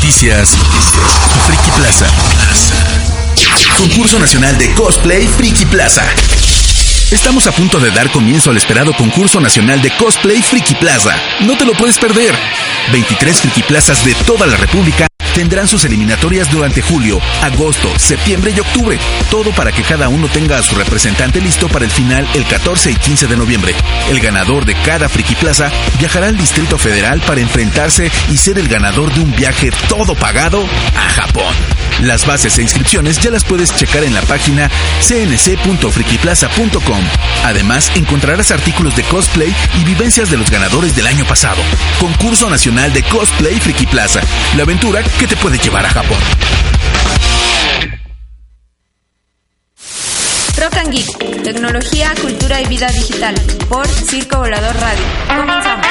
Noticias. Friki Plaza. Concurso Nacional de Cosplay Friki Plaza. Estamos a punto de dar comienzo al esperado Concurso Nacional de Cosplay Friki Plaza. No te lo puedes perder. 23 Friki Plazas de toda la República tendrán sus eliminatorias durante julio, agosto, septiembre y octubre. Todo para que cada uno tenga a su representante listo para el final el 14 y 15 de noviembre. El ganador de cada Friki Plaza viajará al Distrito Federal para enfrentarse y ser el ganador de un viaje todo pagado a Japón. Las bases e inscripciones ya las puedes checar en la página cnc.frikiplaza.com. Además, encontrarás artículos de cosplay y vivencias de los ganadores del año pasado. Concurso Nacional de Cosplay Friki Plaza. La aventura que te puede llevar a Japón. Rock and Geek, tecnología, cultura y vida digital, por Circo Volador Radio. Comenzamos.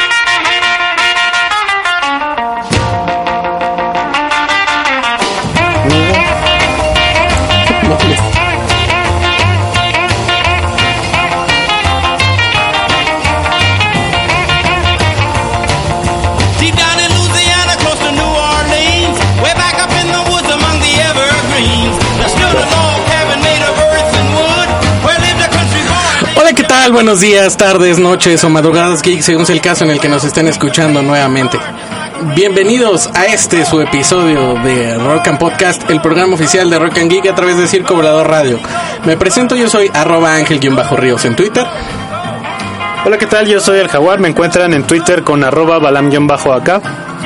¿Qué tal? Buenos días, tardes, noches o madrugadas geeks, según sea el caso en el que nos estén escuchando nuevamente. Bienvenidos a este su episodio de Rock and Podcast, el programa oficial de Rock and Geek a través de Circo Volador Radio. Me presento, yo soy @Ángel_Ríos en Twitter. Hola, ¿qué tal? Yo soy el Jaguar, me encuentran en Twitter con @Balam_acá.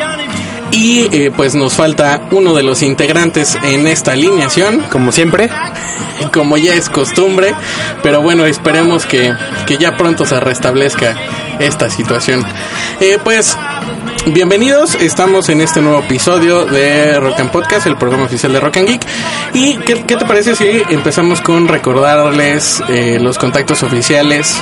Y pues nos falta uno de los integrantes en esta alineación, como siempre, como ya es costumbre, pero bueno, esperemos que ya pronto se restablezca esta situación. Pues bienvenidos, estamos en este nuevo episodio de Rock and Podcast, el programa oficial de Rock and Geek. ¿Y qué te parece si empezamos con recordarles los contactos oficiales?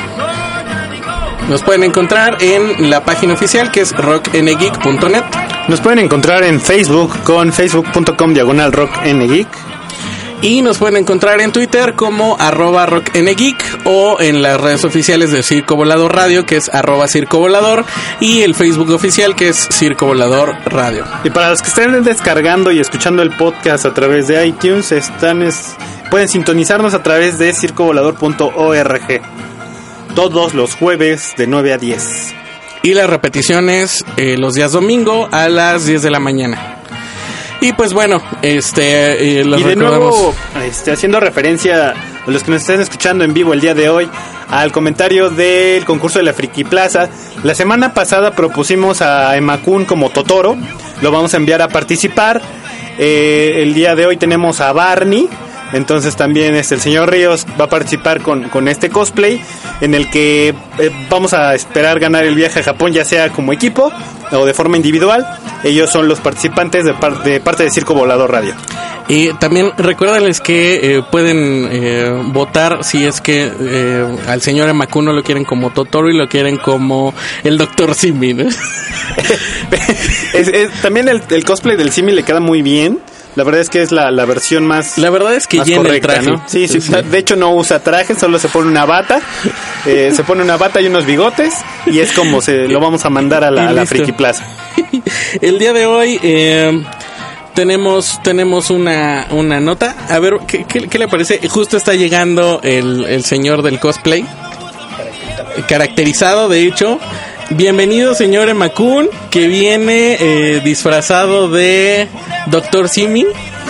Nos pueden encontrar en la página oficial, que es rockngeek.net. Nos pueden encontrar en Facebook con facebook.com/rockngeek. Y nos pueden encontrar en Twitter como @rockngeek o en las redes oficiales de Circo Volador Radio, que es @circovolador, y el Facebook oficial, que es Circo Volador Radio. Y para los que estén descargando y escuchando el podcast a través de iTunes, pueden sintonizarnos a través de circovolador.org todos los jueves de 9 a 10. Y las repeticiones los días domingo a las 10 de la mañana. Y pues bueno, y de nuevo, haciendo referencia a los que nos estén escuchando en vivo el día de hoy, al comentario del concurso de la Friki Plaza. La semana pasada propusimos a Emma-kun como Totoro, lo vamos a enviar a participar. El día de hoy tenemos a Barney. Entonces también el señor Ríos va a participar con este cosplay, en el que vamos a esperar ganar el viaje a Japón, ya sea como equipo o de forma individual. Ellos son los participantes de parte de Circo Volador Radio. Y también recuérdenles que pueden votar si es que al señor Emma-kun no lo quieren como Totoro y lo quieren como el Dr. Simi, ¿no? También el cosplay del Simi le queda muy bien. La verdad es que es la versión más. La verdad es que llena el traje, ¿no? Sí. De hecho no usa traje, solo se pone una bata. Se pone una bata y unos bigotes, y es como lo vamos a mandar a la Friki Plaza. El día de hoy tenemos una nota. A ver, ¿qué le parece? Justo está llegando el señor del cosplay, caracterizado, de hecho. Bienvenido, señor Emma-kun, que viene disfrazado de Dr. Simi.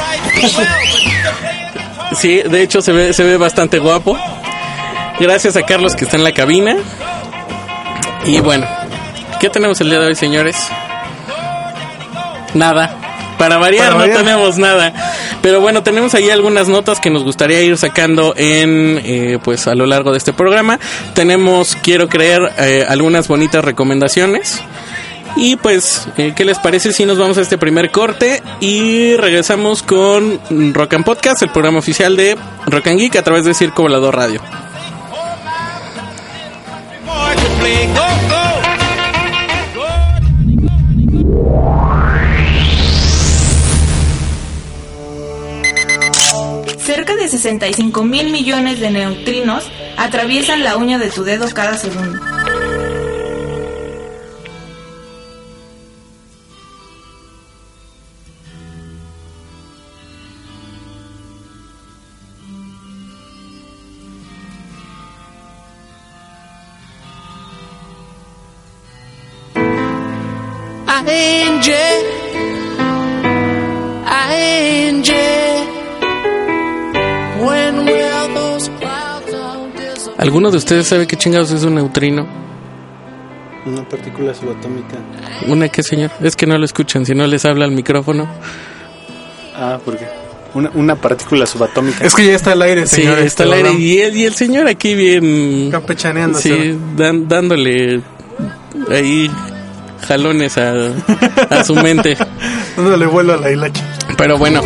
Sí, de hecho se ve bastante guapo. Gracias a Carlos, que está en la cabina. Y bueno, ¿qué tenemos el día de hoy, señores? Nada. Para variar, no tenemos nada. Pero bueno, tenemos ahí algunas notas que nos gustaría ir sacando pues a lo largo de este programa. Tenemos, quiero creer, algunas bonitas recomendaciones. Y pues, ¿qué les parece si nos vamos a este primer corte y regresamos con Rock and Podcast, el programa oficial de Rock and Geek a través de Circo Volador Radio? Cerca de 65,000 millones de neutrinos atraviesan la uña de tu dedo cada segundo. ¿Alguno de ustedes sabe qué chingados es un neutrino? Una partícula subatómica. ¿Una qué, señor? Es que no lo escuchan, si no les habla al micrófono. Ah, ¿por qué? Una partícula subatómica. Es que ya está al aire, señor. Sí, está al aire. Y el señor aquí bien... campechaneándose. Sí, dándole ahí jalones a su mente. Dándole vuelo a la hilacha. Pero bueno,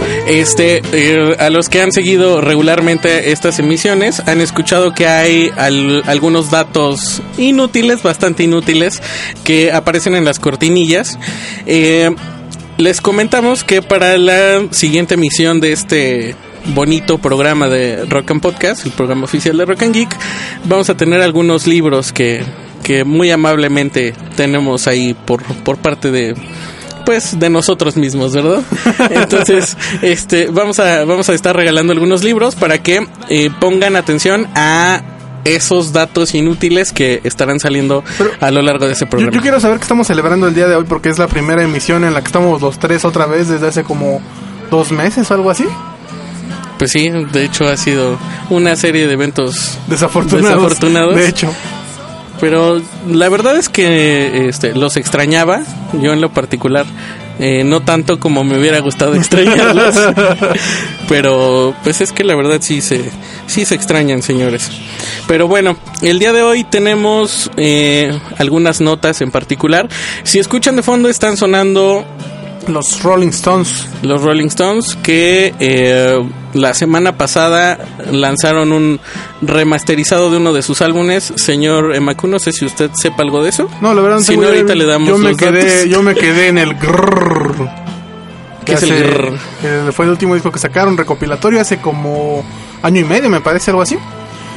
a los que han seguido regularmente estas emisiones han escuchado que hay algunos datos inútiles, bastante inútiles, que aparecen en las cortinillas. Les comentamos que para la siguiente emisión de este bonito programa de Rock and Podcast, el programa oficial de Rock and Geek, vamos a tener algunos libros que muy amablemente tenemos ahí por parte de nosotros mismos, ¿verdad? Entonces, vamos a estar regalando algunos libros para que pongan atención a esos datos inútiles que estarán saliendo a lo largo de ese programa. Yo quiero saber que estamos celebrando el día de hoy porque es la primera emisión en la que estamos los tres otra vez desde hace como 2 meses o algo así. Pues sí, de hecho ha sido una serie de eventos desafortunados. De hecho. Pero la verdad es que los extrañaba, yo en lo particular, no tanto como me hubiera gustado extrañarlos, pero pues es que la verdad sí se extrañan, señores. Pero bueno, el día de hoy tenemos algunas notas en particular. Si escuchan de fondo están sonando los Rolling Stones. Los Rolling Stones que la semana pasada lanzaron un remasterizado de uno de sus álbumes. Señor Emaku, no sé si usted sepa algo de eso. No, la verdad no. Si no, ahorita le damos los datos. Yo me quedé en el grrr. ¿Qué es el grrr? Fue el último disco que sacaron, recopilatorio, hace como año y medio, me parece, algo así.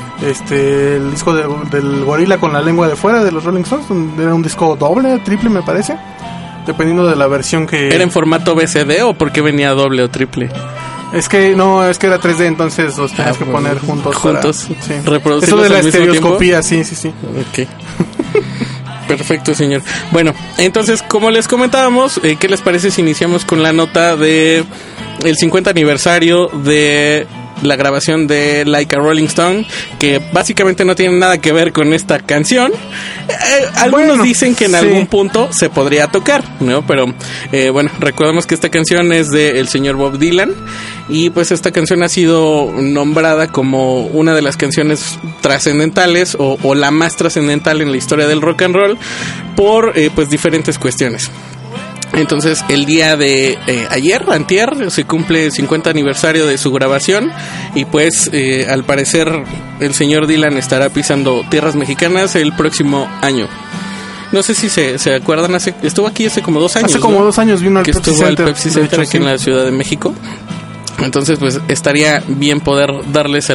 El disco del gorila con la lengua de fuera de los Rolling Stones. Era un disco doble, triple, me parece, dependiendo de la versión que... ¿Era en formato VCD o por qué venía doble o triple? Es que era 3D, entonces los tenías que poner juntos. Sí. Reproducirlos. Eso de la al mismo estereoscopía, tiempo. Sí. Ok. Perfecto, señor. Bueno, entonces, como les comentábamos, ¿qué les parece si iniciamos con la nota de el 50 aniversario de la grabación de Like a Rolling Stone, que básicamente no tiene nada que ver con esta canción? Algunos dicen que en algún punto se podría tocar, ¿no? Pero bueno, recordemos que esta canción es del señor Bob Dylan, y pues esta canción ha sido nombrada como una de las canciones trascendentales o la más trascendental en la historia del rock and roll por pues diferentes cuestiones. Entonces el día de antier, se cumple el 50 aniversario de su grabación, y pues al parecer el señor Dylan estará pisando tierras mexicanas el próximo año. No sé si se acuerdan, estuvo aquí hace como 2 años. Hace como 2 años vino al Pepsi Center. Estuvo al Pepsi Center aquí en la Ciudad de México. Entonces pues estaría bien poder darles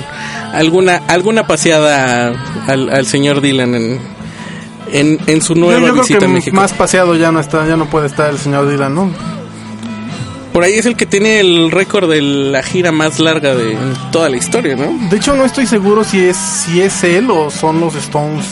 alguna paseada al señor Dylan en su nueva visita a México. Más paseado ya no puede estar el señor Dylan, ¿no? Por ahí es el que tiene el récord de la gira más larga de toda la historia, ¿no? De hecho no estoy seguro si es él o son los Stones,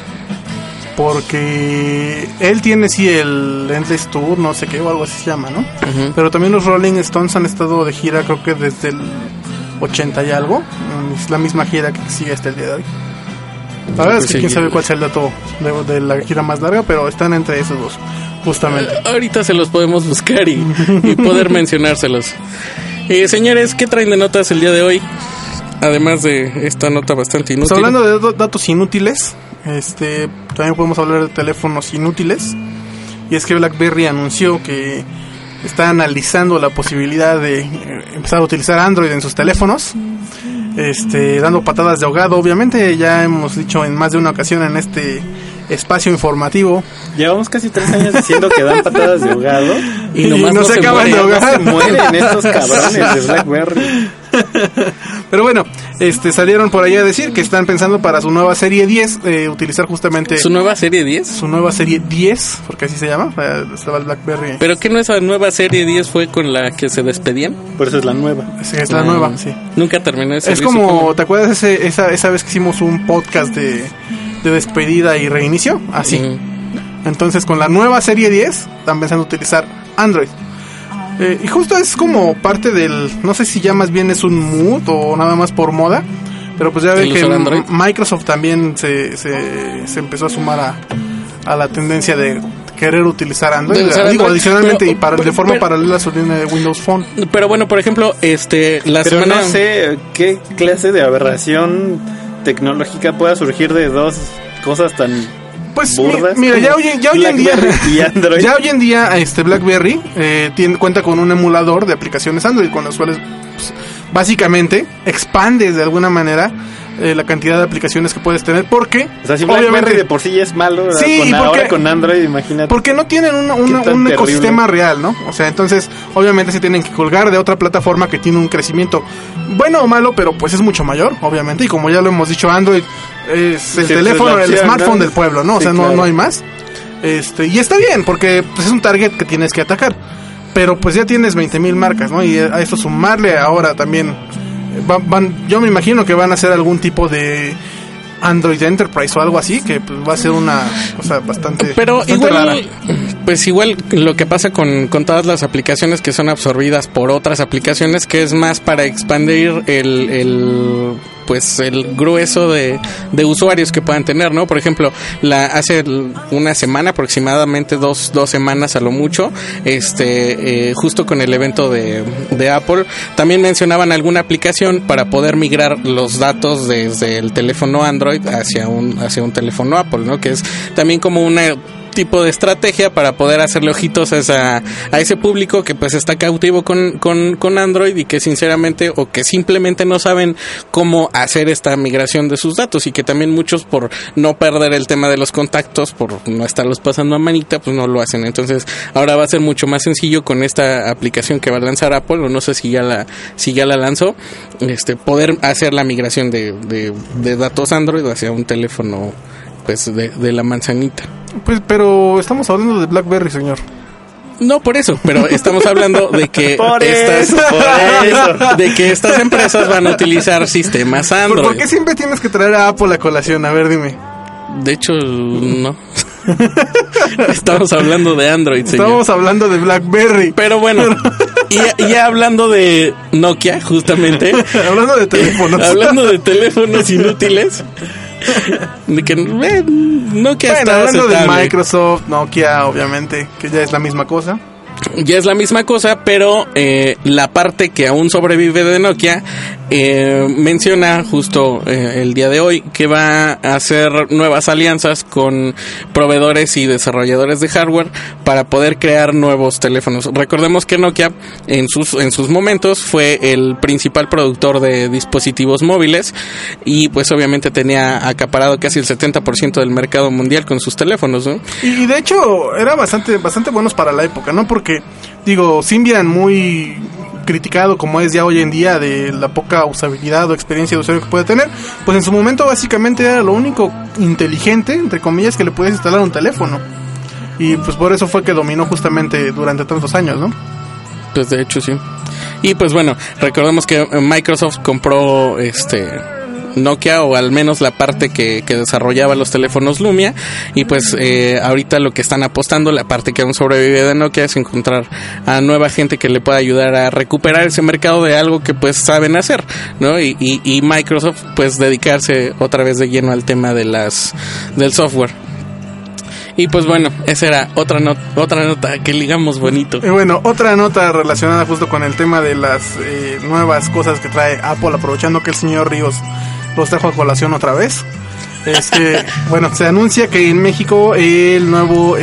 porque él tiene el Endless Tour, no sé qué, o algo así se llama, ¿no? Uh-huh. Pero también los Rolling Stones han estado de gira, creo que desde el 80 y algo. Es la misma gira que sigue hasta el día de hoy. La verdad es que quién sabe cuál sea el dato de la gira más larga, pero están entre esos dos, justamente. Ahorita se los podemos buscar y poder mencionárselos. Señores, ¿qué traen de notas el día de hoy? Además de esta nota bastante inútil. Pues hablando de datos inútiles, también podemos hablar de teléfonos inútiles. Y es que BlackBerry anunció que está analizando la posibilidad de empezar a utilizar Android en sus teléfonos, dando patadas de ahogado. Obviamente ya hemos dicho en más de una ocasión en este espacio informativo, llevamos casi 3 años diciendo que dan patadas de ahogado y no se acaban de ahogar. No se mueren estos cabrones de BlackBerry. Pero bueno, salieron por ahí a decir que están pensando para su nueva serie 10 utilizar justamente... ¿Su nueva serie 10? Su nueva serie 10, porque así se llama, estaba el BlackBerry. ¿Pero qué no esa nueva serie 10 fue con la que se despedían? Por eso es la nueva. Sí, es la nueva, sí. Nunca terminó ese. Es como, ¿te acuerdas esa vez que hicimos un podcast de despedida y reinicio? Así. Entonces con la nueva serie 10 están pensando utilizar Android. Y justo es como parte del, no sé si ya más bien es un mood o nada más por moda, pero pues ya ven que Microsoft también se empezó a sumar a la tendencia de querer utilizar Android, adicionalmente, pero, y de forma paralela a su línea de Windows Phone. Pero bueno, por ejemplo, pero no sé qué clase de aberración tecnológica pueda surgir de dos cosas tan pues burdas. Mira, ya hoy en día BlackBerry cuenta con un emulador de aplicaciones Android, con los cuales pues, básicamente expandes de alguna manera la cantidad de aplicaciones que puedes tener, porque o sea, si BlackBerry de por sí ya es malo, sí, ahora con Android, imagínate, porque no tienen un ecosistema real, ¿no? O sea, entonces obviamente se tienen que colgar de otra plataforma que tiene un crecimiento bueno o malo, pero pues es mucho mayor, obviamente, y como ya lo hemos dicho, Android es el teléfono, el smartphone del pueblo, ¿no? O sea, no hay más. Y está bien, porque pues, es un target que tienes que atacar, pero pues ya tienes 20,000 marcas, ¿no? Y a esto sumarle ahora también yo me imagino que van a hacer algún tipo de Android Enterprise o algo así, que pues va a ser una cosa bastante rara. Pues igual lo que pasa con todas las aplicaciones que son absorbidas por otras aplicaciones, que es más para expandir el grueso de usuarios que puedan tener, ¿no? Por ejemplo, hace una semana, aproximadamente dos semanas a lo mucho, justo con el evento de Apple, también mencionaban alguna aplicación para poder migrar los datos desde el teléfono Android hacia un teléfono Apple, ¿no? Que es también como una tipo de estrategia para poder hacerle ojitos a ese público que pues está cautivo con Android y que sinceramente o que simplemente no saben cómo hacer esta migración de sus datos, y que también muchos, por no perder el tema de los contactos, por no estarlos pasando a manita, pues no lo hacen. Entonces ahora va a ser mucho más sencillo con esta aplicación que va a lanzar Apple, o no sé si ya la lanzó, poder hacer la migración de datos Android hacia un teléfono pues de la manzanita. Pues, pero estamos hablando de BlackBerry, señor. No, por eso, pero estamos hablando de que de que estas empresas van a utilizar sistemas Android. ¿Por qué siempre tienes que traer a Apple a colación? A ver, dime. De hecho, no. Estamos hablando de Android, señor. Estamos hablando de BlackBerry. Pero bueno, y ya hablando de Nokia, justamente. Hablando de teléfonos. Hablando de teléfonos inútiles. De que Nokia está hablando aceptable. de Microsoft, Nokia, obviamente, que ya es la misma cosa. Ya es la misma cosa, pero la parte que aún sobrevive de Nokia menciona justo el día de hoy que va a hacer nuevas alianzas con proveedores y desarrolladores de hardware para poder crear nuevos teléfonos. Recordemos que Nokia en sus momentos fue el principal productor de dispositivos móviles y pues obviamente tenía acaparado casi el 70% del mercado mundial con sus teléfonos, ¿no? Y de hecho era bastante buenos para la época, ¿no? Porque digo, Symbian, muy criticado como es ya hoy en día de la poca usabilidad o experiencia de usuario que puede tener, pues en su momento básicamente era lo único inteligente, entre comillas, que le podías instalar a un teléfono. Y pues por eso fue que dominó justamente durante tantos años, ¿no? Pues de hecho sí. Y pues bueno, recordemos que Microsoft compró Nokia, o al menos la parte que desarrollaba los teléfonos Lumia, y pues ahorita lo que están apostando, la parte que aún sobrevive de Nokia, es encontrar a nueva gente que le pueda ayudar a recuperar ese mercado de algo que pues saben hacer, ¿no? Y Microsoft pues dedicarse otra vez de lleno al tema del software. Y pues bueno, esa era otra nota que ligamos bonito. Bueno, otra nota relacionada justo con el tema de las nuevas cosas que trae Apple, aprovechando que el señor Ríos los trajo a colación otra vez. Bueno, se anuncia que en México el nuevo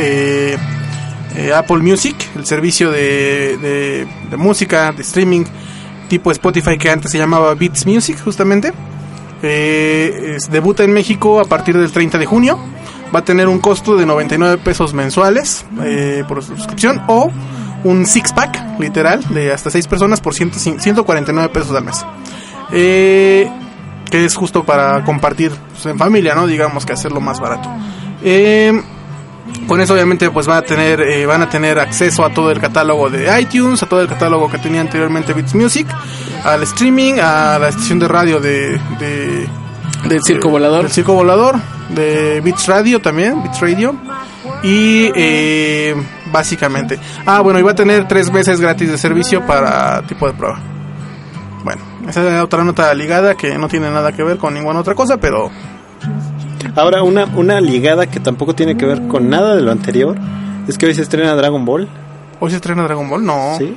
Apple Music, el servicio de música, de streaming tipo Spotify, que antes se llamaba Beats Music justamente, debuta en México a partir del 30 de junio. Va a tener un costo de 99 pesos mensuales por suscripción, o un six-pack, literal, de hasta 6 personas por 149 pesos al mes. Que es justo para compartir pues, en familia, ¿no? Digamos que hacerlo más barato. Con eso obviamente pues van a tener acceso a todo el catálogo de iTunes, a todo el catálogo que tenía anteriormente Beats Music, al streaming, a la estación de radio del Circo Volador. Del Circo Volador, de Beats Radio también, Beats Radio. Y básicamente, bueno, iba a tener 3 meses gratis de servicio para tipo de prueba. Bueno, esa es otra nota ligada que no tiene nada que ver con ninguna otra cosa, pero... Ahora, una ligada que tampoco tiene que ver con nada de lo anterior, es que hoy se estrena Dragon Ball. ¿Hoy se estrena Dragon Ball? No. ¿Sí?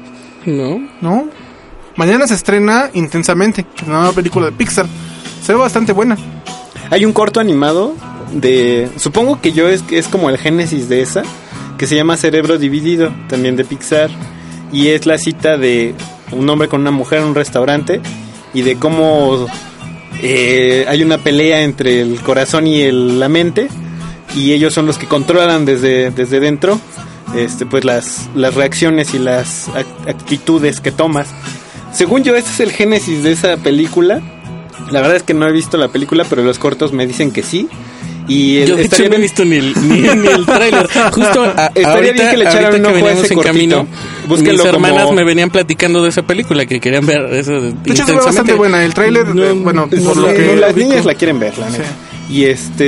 No. Mañana se estrena Intensamente, la nueva película de Pixar. Se ve bastante buena. Hay un corto animado de... Supongo que es como el génesis de esa, que se llama Cerebro Dividido, también de Pixar. Y es la cita de un hombre con una mujer en un restaurante y de cómo hay una pelea entre el corazón y la mente, y ellos son los que controlan desde dentro pues las reacciones y las actitudes que tomas. Según yo, ese es el génesis de esa película. La verdad es que no he visto la película, pero los cortos me dicen que sí. Y yo de hecho no he visto ni el tráiler. Justo estaría bien que le echaran un ojo a ese cortito. Mis hermanas me venían platicando de esa película, que querían ver eso. De hecho, se ve bastante buena. El tráiler, las niñas la quieren ver, la neta. Y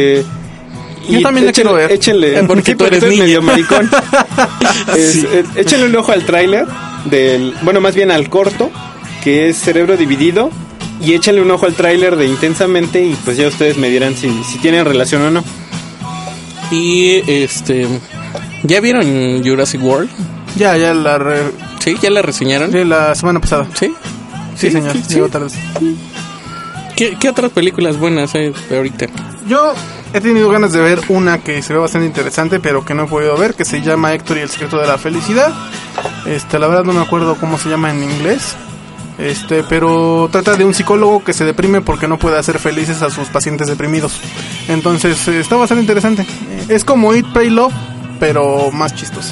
yo también la quiero ver. Échenle, porque tú eres medio maricón. Échenle un ojo al tráiler más bien al corto, que es Cerebro Dividido. Y échale un ojo al tráiler de Intensamente y pues ya ustedes me dirán si tienen relación o no. Y ¿ya vieron Jurassic World? Ya ¿Sí? ¿Ya la reseñaron? Sí, la semana pasada. ¿Sí? Sí, señor. Sí. Tarde. ¿Qué otras películas buenas hay ahorita? Yo he tenido ganas de ver una que se ve bastante interesante, pero que no he podido ver, que se llama Héctor y el secreto de la felicidad. La verdad no me acuerdo cómo se llama en inglés. Pero trata de un psicólogo que se deprime porque no puede hacer felices a sus pacientes deprimidos. Entonces está bastante interesante. Es como Eat, Pray, Love, pero más chistosa.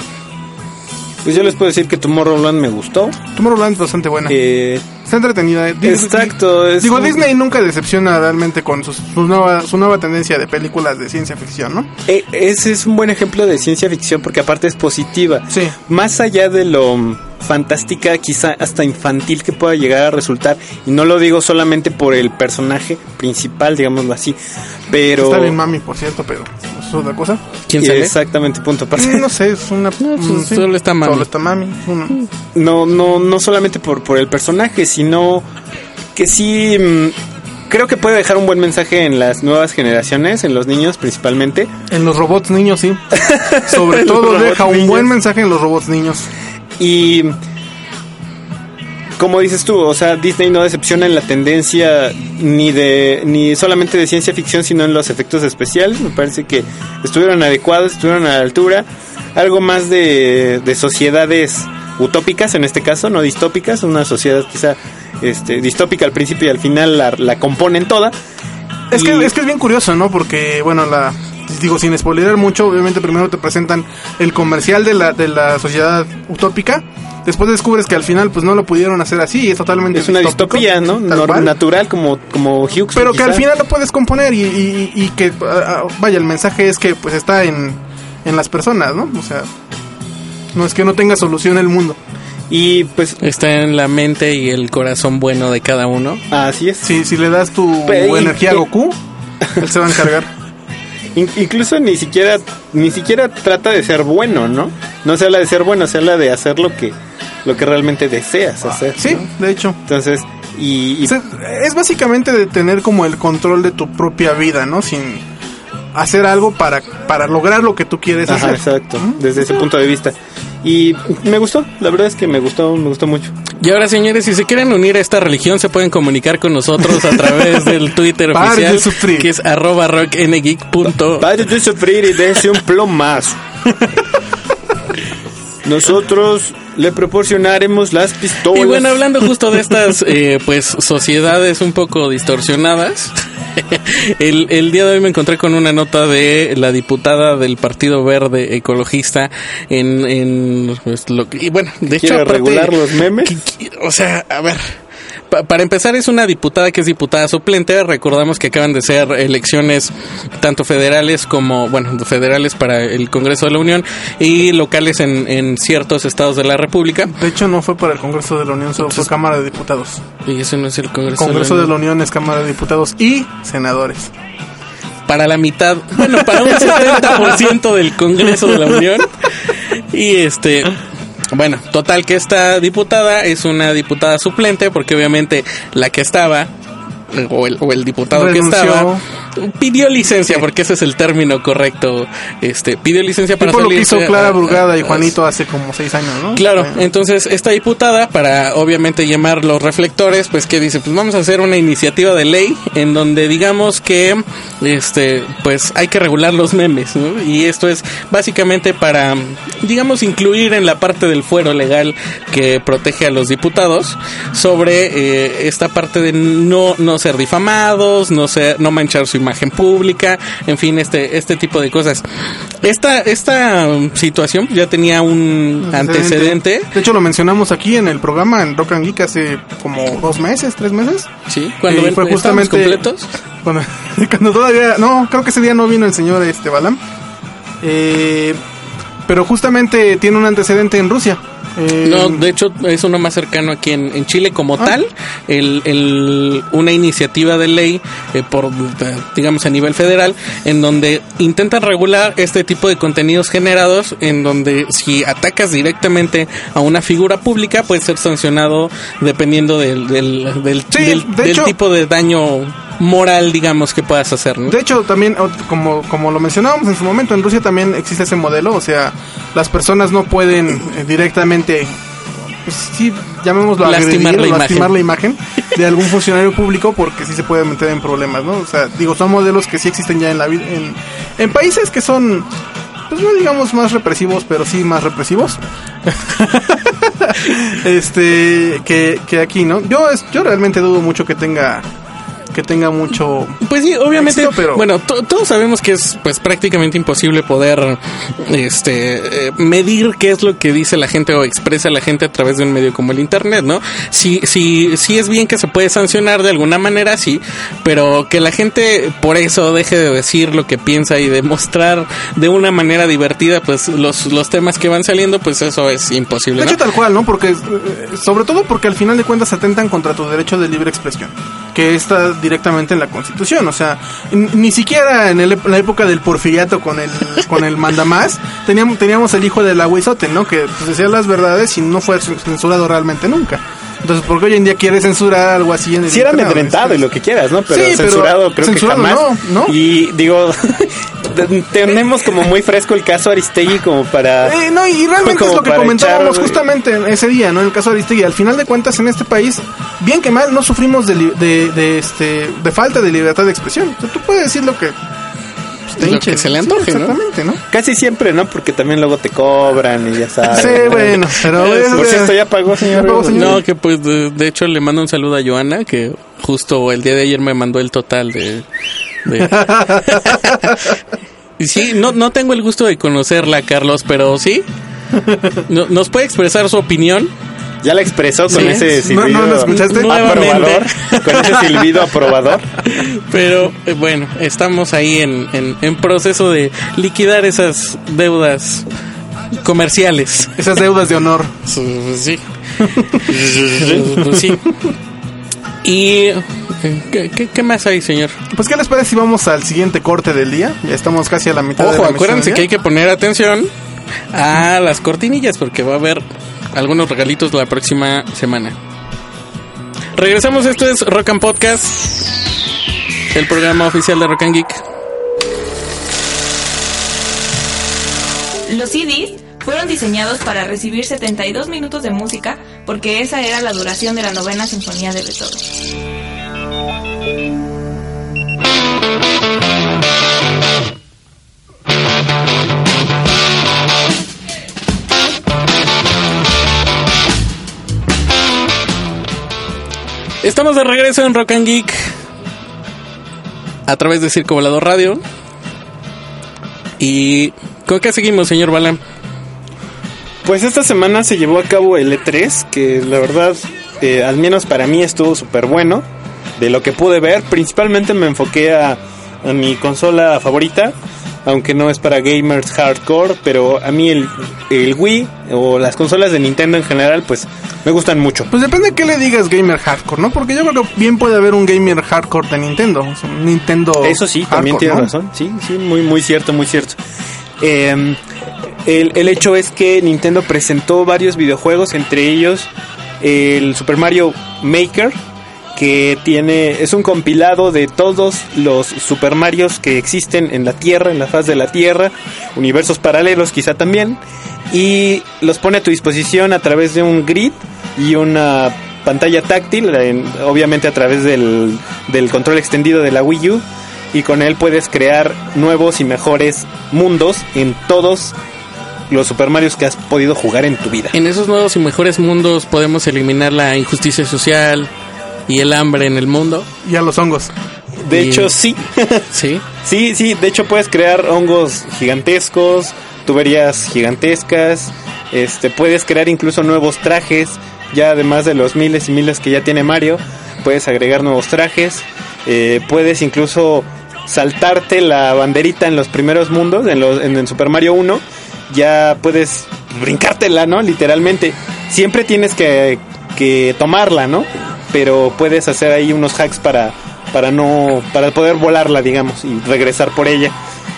Pues yo les puedo decir que Tomorrowland me gustó. Tomorrowland es bastante buena. Está entretenida. Exacto. Disney nunca decepciona realmente con su nueva tendencia de películas de ciencia ficción, ¿no? Ese es un buen ejemplo de ciencia ficción porque aparte es positiva. Sí. Más allá de lo fantástica, quizá hasta infantil que pueda llegar a resultar, y no lo digo solamente por el personaje principal, digámoslo así, pero... Está bien mami, por cierto, pero es otra cosa. ¿Quién sale? Exactamente, punto aparte. No sé, es una... Solo está mami. Solo está mami. No solamente por el personaje, sino que sí... creo que puede dejar un buen mensaje en las nuevas generaciones, en los niños principalmente. En los robots niños, sí. Sobre todo deja un buen mensaje en los robots niños. Y como dices tú, o sea, Disney no decepciona en la tendencia ni solamente de ciencia ficción, sino en los efectos especiales. Me parece que estuvieron adecuados, estuvieron a la altura. Algo más de sociedades utópicas, en este caso, no distópicas. Una sociedad quizá distópica al principio y al final la componen toda. Es que es bien curioso, ¿no? Porque, bueno, sin spoilerar mucho, obviamente primero te presentan el comercial de la sociedad utópica. Después descubres que al final pues no lo pudieron hacer así, es totalmente es una distopía, ¿no? Natural como Hughes. Pero que al final lo puedes componer y que vaya, el mensaje es que pues está en las personas, ¿no? O sea, no es que no tenga solución el mundo. Y pues está en la mente y el corazón bueno de cada uno. Así es. Si le das tu energía a Goku, él se va a encargar. Incluso ni siquiera trata de ser bueno, ¿no? No se habla de ser bueno, se habla de hacer lo que realmente deseas hacer. Sí, ¿no? De hecho. Entonces, o sea, es básicamente de tener como el control de tu propia vida, ¿no? Sin hacer algo para lograr lo que tú quieres hacer. Exacto, desde ese punto de vista. Y me gustó, la verdad es que me gustó mucho. Y ahora, señores, si se quieren unir a esta religión, se pueden comunicar con nosotros a través del Twitter oficial, que es @rockngeek. Pare de sufrir y dése un plomazo. Nosotros le proporcionaremos las pistolas. Y bueno, hablando justo de estas pues sociedades un poco distorsionadas, el día de hoy me encontré con una nota de la diputada del Partido Verde Ecologista pues, y bueno, de hecho, ¿quiere regular los memes? O sea, a ver, para empezar, es una diputada que es diputada suplente. Recordamos que acaban de ser elecciones tanto federales federales para el Congreso de la Unión y locales en ciertos estados de la República. De hecho, no fue para el Congreso de la Unión, solo fue Cámara de Diputados. Y eso no es el Congreso de la Unión es Cámara de Diputados y senadores. para la mitad, bueno, para un 70% del Congreso de la Unión. Y bueno, total que esta diputada es una diputada suplente, porque obviamente la que estaba, o el diputado renunció, que estaba, pidió licencia, porque ese es el término correcto, pidió licencia para salir. Lo que hizo Clara Brugada y Juanito hace como 6 años, ¿no? Claro, entonces esta diputada, para obviamente llamar los reflectores, pues que dice, pues vamos a hacer una iniciativa de ley en donde digamos que pues hay que regular los memes, ¿no? Y esto es básicamente para, digamos, incluir en la parte del fuero legal que protege a los diputados sobre esta parte de no ser difamados, no manchar su imagen pública, en fin, este tipo de cosas. Esta situación ya tenía un antecedente. De hecho, lo mencionamos aquí en el programa en Rock and Geek hace como 2 meses, 3 meses. Sí, cuando fue justamente completos. Cuando todavía, no, creo que ese día no vino el señor Balam. Pero justamente tiene un antecedente en Rusia. No, de hecho es uno más cercano aquí en Chile como tal, una iniciativa de ley digamos a nivel federal, en donde intentan regular este tipo de contenidos generados, en donde si atacas directamente a una figura pública puede ser sancionado dependiendo del tipo de daño moral, digamos, que puedas hacer, ¿no? De hecho, también, como lo mencionábamos en su momento, en Rusia también existe ese modelo, o sea, las personas no pueden directamente, pues sí, llamémoslo lastimar la imagen de algún funcionario público, porque sí se puede meter en problemas, ¿no? O sea, digo, son modelos que sí existen ya en países que son, pues no digamos más represivos, pero sí más represivos. que aquí, ¿no? Yo realmente dudo mucho que tenga mucho, pues sí, obviamente éxito, pero bueno, todos sabemos que es pues prácticamente imposible poder medir qué es lo que dice la gente o expresa la gente a través de un medio como el internet, ¿no? Sí es bien que se puede sancionar de alguna manera, sí, pero que la gente por eso deje de decir lo que piensa y de mostrar de una manera divertida pues los temas que van saliendo, pues eso es imposible, ¿no? De hecho, tal cual, ¿no? Porque sobre todo porque al final de cuentas atentan contra tu derecho de libre expresión, que está directamente en la Constitución. O sea, ni siquiera en la época del porfiriato con el mandamás teníamos el hijo del agüizote, ¿no? Que pues, decía las verdades y no fue censurado realmente nunca. Entonces, ¿por qué hoy en día quiere censurar algo así en el sí, era amedrentado y lo que quieras, ¿no? Pero sí, censurado creo que jamás. No. Y digo, tenemos como muy fresco el caso Aristegui como para... no, y realmente es lo que comentábamos justamente en ese día, ¿no? En el caso Aristegui. Al final de cuentas, en este país, bien que mal, no sufrimos de falta de libertad de expresión. O sea, tú puedes decir lo que... lo que se le antoje, sí, exactamente, ¿no? Casi siempre, ¿no? Porque también luego te cobran y ya sabes. Sí, bueno, pero... Por cierto, ¿ya pagó, señor? No, que pues de hecho le mando un saludo a Joana, que justo el día de ayer me mandó el total de... Y sí, no tengo el gusto de conocerla, Carlos, pero sí. ¿Nos puede expresar su opinión? Ya la expresó con ese silbido ¿No escuchaste? Aprobador. Con ese silbido aprobador. Pero bueno, estamos ahí en proceso de liquidar esas deudas comerciales. Esas deudas de honor. Sí. Sí. ¿Y qué más hay, señor? Pues, ¿qué les parece si vamos al siguiente corte del día? Ya estamos casi a la mitad. Ojo, acuérdense que hay que poner atención a las cortinillas porque va a haber algunos regalitos la próxima semana. Regresamos, esto es Rock and Podcast, el programa oficial de Rock and Geek. Los CDs fueron diseñados para recibir 72 minutos de música porque esa era la duración de la 9ª Sinfonía de Beethoven. Estamos de regreso en Rock and Geek a través de Circo Volador Radio. ¿Y con qué seguimos, señor Balam? Pues esta semana se llevó a cabo el E3, que la verdad, al menos para mí estuvo súper bueno. De lo que pude ver, principalmente me enfoqué a mi consola favorita, aunque no es para gamers hardcore, pero a mí el Wii o las consolas de Nintendo en general, pues me gustan mucho. Pues depende de qué le digas gamer hardcore, ¿no? Porque yo creo que bien puede haber un gamer hardcore de Nintendo. O sea, un Nintendo eso sí, también tiene razón. Sí, muy cierto, muy cierto. El hecho es que Nintendo presentó varios videojuegos, entre ellos el Super Mario Maker, que es un compilado de todos los Super Marios que existen en la Tierra, en la faz de la Tierra, universos paralelos quizá también, y los pone a tu disposición a través de un grid y una pantalla táctil, obviamente a través del control extendido de la Wii U, y con él puedes crear nuevos y mejores mundos en todos los Super Marios que has podido jugar en tu vida. En esos nuevos y mejores mundos podemos eliminar la injusticia social y el hambre en el mundo. Y a los hongos. De hecho, sí. ¿Sí? Sí, de hecho puedes crear hongos gigantescos, tuberías gigantescas, puedes crear incluso nuevos trajes, ya además de los miles y miles que ya tiene Mario, puedes agregar nuevos trajes, puedes incluso saltarte la banderita en los primeros mundos, en Super Mario 1, ya puedes brincártela, ¿no? Literalmente. Siempre tienes que tomarla, ¿no? Pero puedes hacer ahí unos hacks para poder volarla, digamos, y regresar por ella.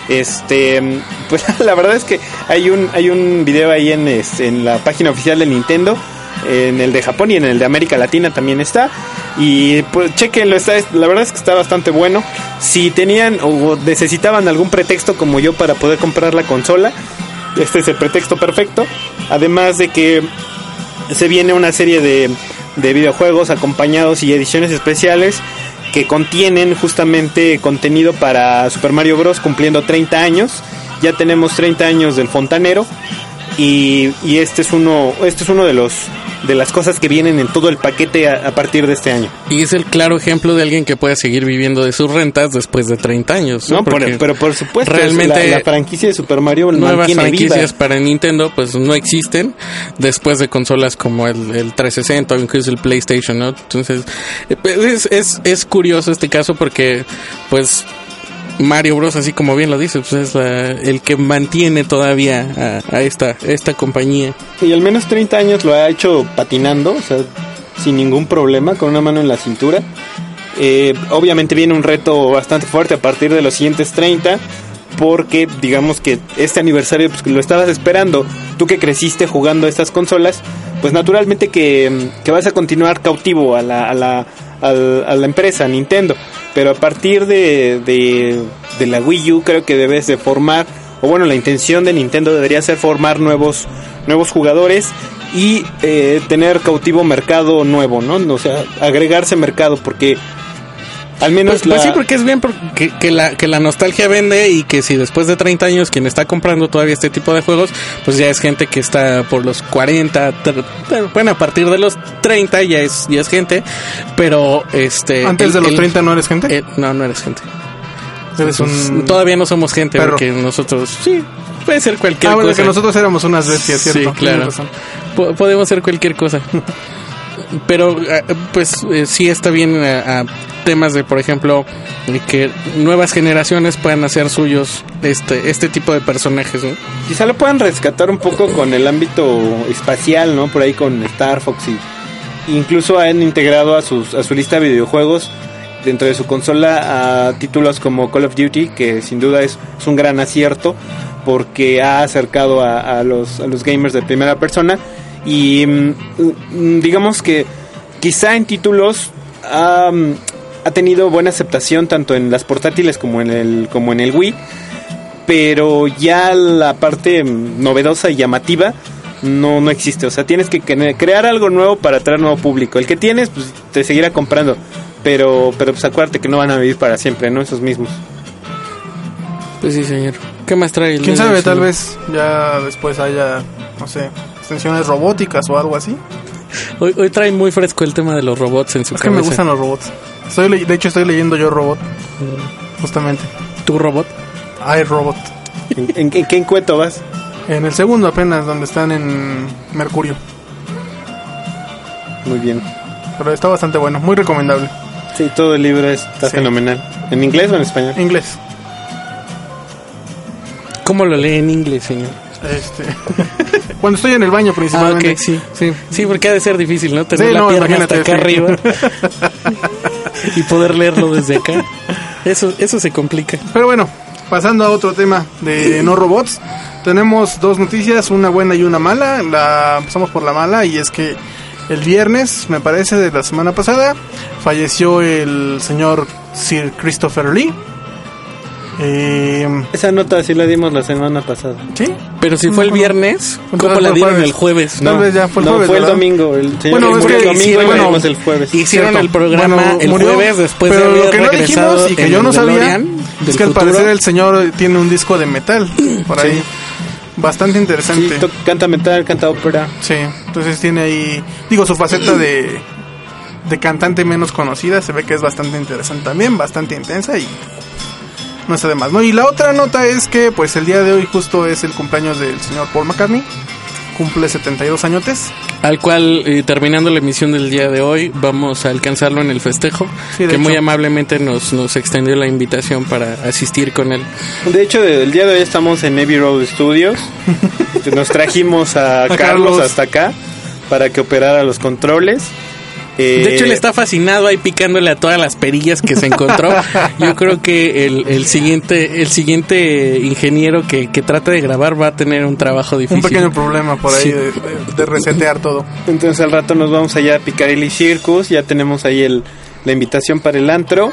Pues la verdad es que hay un video ahí en la página oficial de Nintendo, en el de Japón y en el de América Latina también está, y pues chequenlo, la verdad es que está bastante bueno. Si tenían o necesitaban algún pretexto como yo para poder comprar la consola, este es el pretexto perfecto. Además de que se viene una serie de videojuegos acompañados y ediciones especiales que contienen justamente contenido para Super Mario Bros. Cumpliendo 30 años. Ya tenemos 30 años del fontanero, y este es uno de las cosas que vienen en todo el paquete a partir de este año. Y es el claro ejemplo de alguien que puede seguir viviendo de sus rentas después de 30 años. No, pero por supuesto, realmente la franquicia de Super Mario nuevas franquicias viva para Nintendo pues no existen después de consolas como el 360 o incluso el PlayStation, ¿no? Entonces es curioso este caso porque pues Mario Bros, así como bien lo dice, pues es el que mantiene todavía a esta compañía. Y al menos 30 años lo ha hecho patinando, o sea, sin ningún problema, con una mano en la cintura. Obviamente viene un reto bastante fuerte a partir de los siguientes 30, porque digamos que este aniversario pues, lo estabas esperando. Tú que creciste jugando estas consolas, pues naturalmente que vas a continuar cautivo a la empresa Nintendo. Pero a partir de la Wii U creo que debes de formar, o bueno, la intención de Nintendo debería ser formar nuevos jugadores y tener cautivo mercado nuevo, ¿no? O sea, agregarse mercado, porque al menos pues sí, porque es bien que la nostalgia vende, y que si después de 30 años quien está comprando todavía este tipo de juegos, pues ya es gente que está por los 40, bueno, a partir de los 30 ya es gente, pero antes de los 30 no eres gente. No eres gente. Eres todavía no somos gente, perro. Porque nosotros sí, puede ser cualquier cosa. Que nosotros éramos unas bestias, ¿cierto? Sí, claro. Podemos ser cualquier cosa. Pero pues sí está bien a temas de, por ejemplo, de que nuevas generaciones puedan hacer suyos este tipo de personajes, ¿no? Quizá lo puedan rescatar un poco con el ámbito espacial, ¿no? Por ahí con Star Fox, y incluso han integrado a su lista de videojuegos dentro de su consola a títulos como Call of Duty, que sin duda es un gran acierto porque ha acercado a los gamers de primera persona. Y digamos que quizá en títulos ha tenido buena aceptación tanto en las portátiles como en el Wii, pero ya la parte novedosa y llamativa no existe. O sea, tienes que crear algo nuevo para atraer nuevo público. El que tienes pues te seguirá comprando, pero pues acuérdate que no van a vivir para siempre, ¿no? Esos mismos. Pues sí, señor. ¿Qué más trae? ¿Quién sabe? Tal vez ya después haya, no sé, extensiones robóticas o algo así. Hoy trae muy fresco el tema de los robots en su cabeza. Es que me gustan los robots. De hecho estoy leyendo Yo Robot, justamente. ¿Tu robot? iRobot. ¿En qué encuentro vas? En el segundo apenas, donde están en Mercurio. Muy bien. Pero está bastante bueno, muy recomendable. Sí, todo el libro está fenomenal. ¿En inglés o en español? Inglés. ¿Cómo lo lee en inglés, señor? Cuando estoy en el baño principalmente. Sí, porque ha de ser difícil, ¿no? Tener la pierna hasta acá arriba y poder leerlo desde acá. Eso se complica. Pero bueno, pasando a otro tema de no robots, tenemos dos noticias, una buena y una mala. Empezamos por la mala, y es que el viernes, me parece, de la semana pasada, falleció el señor Sir Christopher Lee. Esa nota sí la dimos la semana pasada. ¿Sí? Pero si fue el viernes, ¿cómo la dieron el jueves? Tal vez ya fue el jueves, fue el ¿verdad? domingo. El señor es que el domingo y bueno, el jueves. Hicieron el programa el jueves después de haber lo que no regresado dijimos y que yo no sabía es que al futuro. parecer el señor tiene un disco de metal por ahí. Bastante interesante. Sí, canta metal, canta ópera. Sí, entonces tiene ahí, su faceta de cantante menos conocida, se ve que es bastante interesante también, bastante intensa, y no está de más, ¿no? Y la otra nota es que pues el día de hoy justo es el cumpleaños del señor Paul McCartney. Cumple 72 añotes. Al cual, terminando la emisión del día de hoy, vamos a alcanzarlo en el festejo, sí, que hecho, muy amablemente nos extendió la invitación para asistir con él. De hecho, el día de hoy estamos en Abbey Road Studios. Nos trajimos a Carlos hasta acá para que operara los controles. De hecho, él está fascinado ahí picándole a todas las perillas que se encontró. Yo creo que el siguiente ingeniero que trate de grabar va a tener un trabajo difícil. Un pequeño problema por ahí, sí, de resetear todo. Entonces al rato nos vamos allá a Piccadilly Circus. Ya tenemos ahí la invitación para el antro.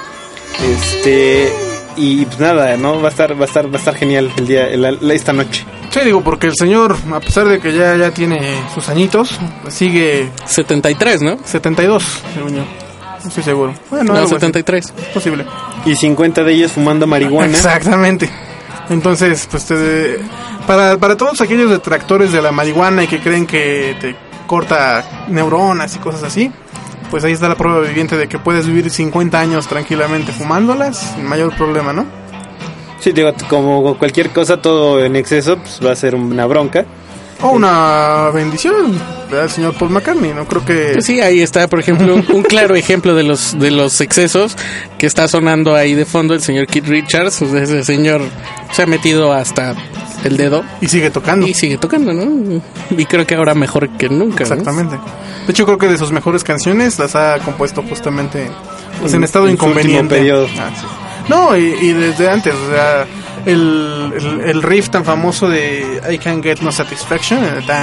Y pues nada, ¿no? Va a estar genial el día, esta noche. Sí, porque el señor, a pesar de que ya tiene sus añitos, pues sigue... 73, ¿no? 72, según yo. No estoy seguro. Bueno, no, 73. Es posible. Y 50 de ellos fumando marihuana. Exactamente. Entonces, pues para todos aquellos detractores de la marihuana y que creen que te corta neuronas y cosas así, pues ahí está la prueba viviente de que puedes vivir 50 años tranquilamente fumándolas sin mayor problema, ¿no? Sí, como cualquier cosa, todo en exceso pues va a ser una bronca. O una bendición, ¿verdad, señor Paul McCartney? No creo que... Pues sí, ahí está, por ejemplo, un claro ejemplo de los excesos que está sonando ahí de fondo el señor Keith Richards. Ese señor se ha metido hasta el dedo. Y sigue tocando. ¿No? Y creo que ahora mejor que nunca. Exactamente. ¿No? De hecho, creo que de sus mejores canciones las ha compuesto justamente pues, en estado inconveniente. Periodo. Sí. No, y desde antes, o sea, el riff tan famoso de I Can't Get No Satisfaction,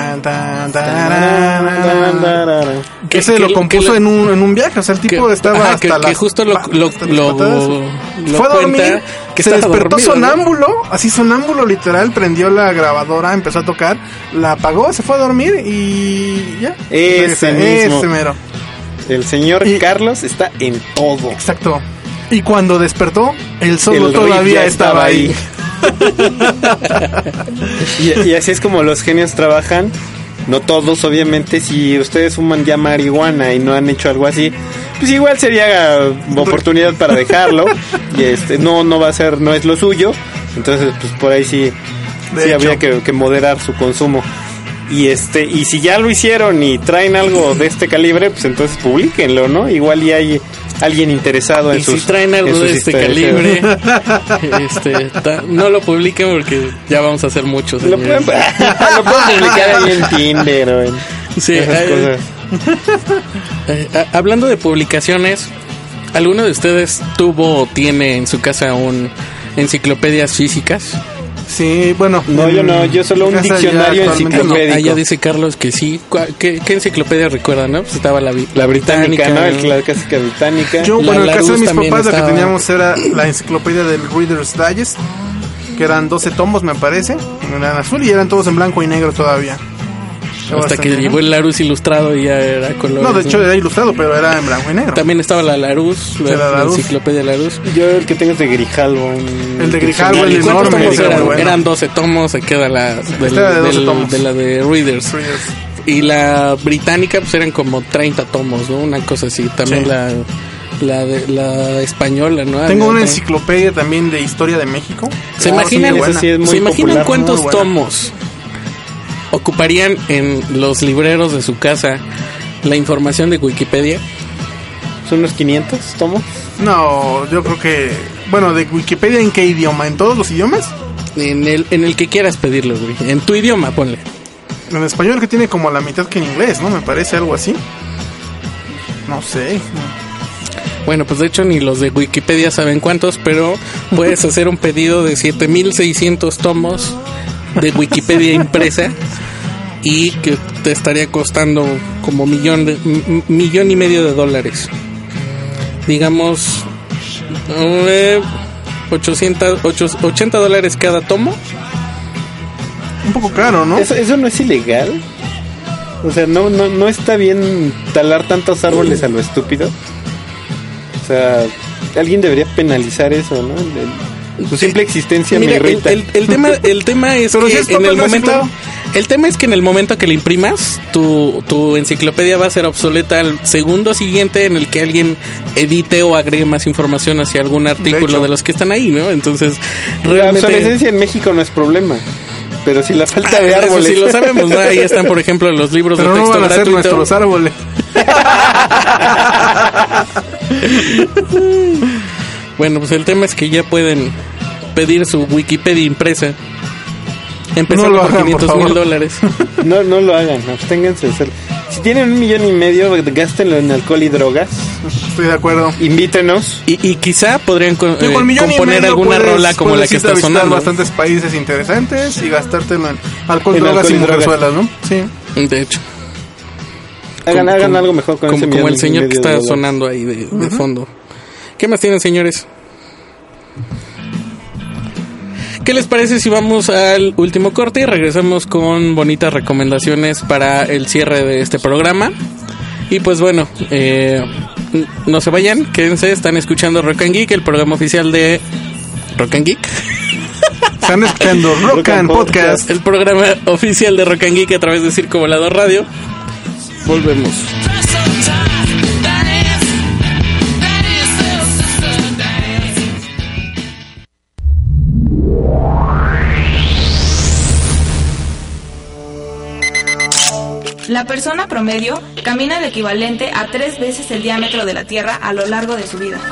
que ese lo compuso en un viaje, o sea, el tipo estaba hasta que justo lo fue a dormir, que se despertó dormido, sonámbulo, ¿no? Así sonámbulo literal, prendió la grabadora, empezó a tocar, la apagó, se fue a dormir y ya. Ese mero. El señor Carlos está en todo. Exacto. Y cuando despertó, el solo todavía estaba ahí. y así es como los genios trabajan. No todos, obviamente. Si ustedes fuman ya marihuana y no han hecho algo así, pues igual sería oportunidad para dejarlo. Y no va a ser, no es lo suyo. Entonces, pues por ahí sí habría que moderar su consumo. Y si ya lo hicieron y traen algo de este calibre, pues entonces publíquenlo, ¿no? Igual y hay alguien interesado en sus... Y si traen algo de este calibre, no lo publiquen porque ya vamos a hacer muchos. Lo pueden publicar ahí en Tinder o en esas cosas. Hablando de publicaciones, ¿alguno de ustedes tuvo o tiene en su casa enciclopedias físicas? Sí, bueno. No, yo no, yo solo un diccionario enciclopédico. Allá dice Carlos que sí. ¿Qué enciclopedia recuerdan, no? Pues estaba la británica, ¿no? La clásica británica. Yo, bueno, en el caso de mis papás, la que teníamos era la enciclopedia del Reader's Digest, que eran 12 tomos, me parece, eran azul y eran todos en blanco y negro todavía. Hasta que llegó el Larousse ilustrado y ya era color. No, de hecho era ilustrado, pero era en blanco y negro. También estaba la Larousse, la enciclopedia Larousse. Yo el que tengo es de Grijalvo. El de Grijalvo, el enorme. Eran 12 tomos, se queda la de Readers. Y la británica pues eran como 30 tomos, ¿no? Una cosa así. También la española, ¿no? Tengo una enciclopedia también de historia de México. ¿Se imaginan cuántos tomos ocuparían en los libreros de su casa la información de Wikipedia? ¿Son unos 500 tomos? No, yo creo que... Bueno, ¿de Wikipedia en qué idioma? ¿En todos los idiomas? en el que quieras pedirlo, güey. En tu idioma, ponle. En español, que tiene como la mitad que en inglés, ¿no? Me parece algo así. No sé. Bueno, pues de hecho ni los de Wikipedia saben cuántos, pero puedes hacer un pedido de 7,600 tomos de Wikipedia impresa y que te estaría costando como $1.5 million. Digamos, $80 cada tomo. Un poco caro, ¿no? ¿Eso no es ilegal? O sea, no está bien talar tantos árboles a lo estúpido. O sea, alguien debería penalizar eso, ¿no? Su simple existencia. Mira, me irrita. El tema es que si es en el momento... El tema es que en el momento que le imprimas, tu enciclopedia va a ser obsoleta al segundo siguiente en el que alguien edite o agregue más información hacia algún artículo de los que están ahí, ¿no? Entonces, realmente... La obsolescencia en México no es problema. Pero si la falta de árboles... Eso sí lo sabemos, ¿no? Ahí están, por ejemplo, los libros pero de texto gratuito. Pero no van a ser nuestros árboles. Bueno, pues el tema es que ya pueden pedir su Wikipedia impresa. Empezando por $500,000. No lo hagan, absténganse de hacerlo. Si tienen $1.5 million, gástenlo en alcohol y drogas. Estoy de acuerdo. Invítenos. Y quizá podrían componer alguna rola como la que está sonando. Bastantes países interesantes y gastártelo en alcohol, drogas y mujerzuelas, ¿no? Sí. De hecho. Hagan algo mejor con ese como el señor que está sonando ahí de fondo. ¿Qué más tienen, señores? ¿Qué les parece si vamos al último corte y regresamos con bonitas recomendaciones para el cierre de este programa? Y pues bueno, no se vayan, quédense, están escuchando Rock and Geek, el programa oficial de Rock and Geek. Están escuchando Rock and Podcast, el programa oficial de Rock and Geek a través de Circo Volador Radio. Volvemos. La persona promedio camina el equivalente a 3 veces el diámetro de la Tierra a lo largo de su vida.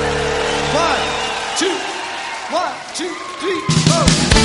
1, 2, 3, 4.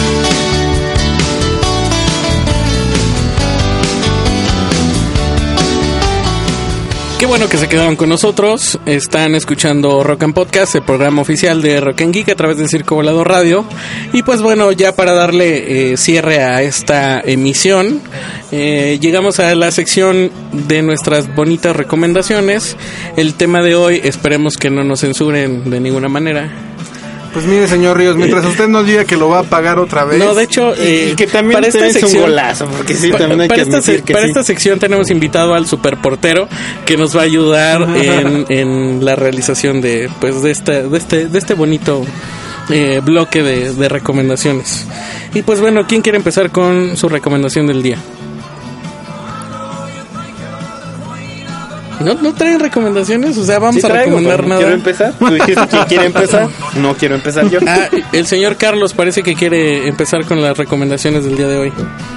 Qué bueno que se quedaron con nosotros. Están escuchando Rock and Podcast, el programa oficial de Rock and Geek a través de Circo Volador Radio. Y pues bueno, ya para darle cierre a esta emisión, llegamos a la sección de nuestras bonitas recomendaciones. El tema de hoy, esperemos que no nos censuren de ninguna manera. Pues mire, señor Ríos, mientras usted nos diga que lo va a pagar otra vez. No, de hecho, y que también para esta sección, un golazo, porque sí, también hay que admitir que para esta sección tenemos invitado al superportero que nos va a ayudar en la realización de este bonito bloque de recomendaciones. Y pues bueno, ¿quién quiere empezar con su recomendación del día? ¿No traen recomendaciones? O sea, vamos a recomendar nada. ¿Quiero empezar? ¿Tú dijiste que quiere empezar? No quiero empezar yo. El señor Carlos parece que quiere empezar con las recomendaciones del día de hoy.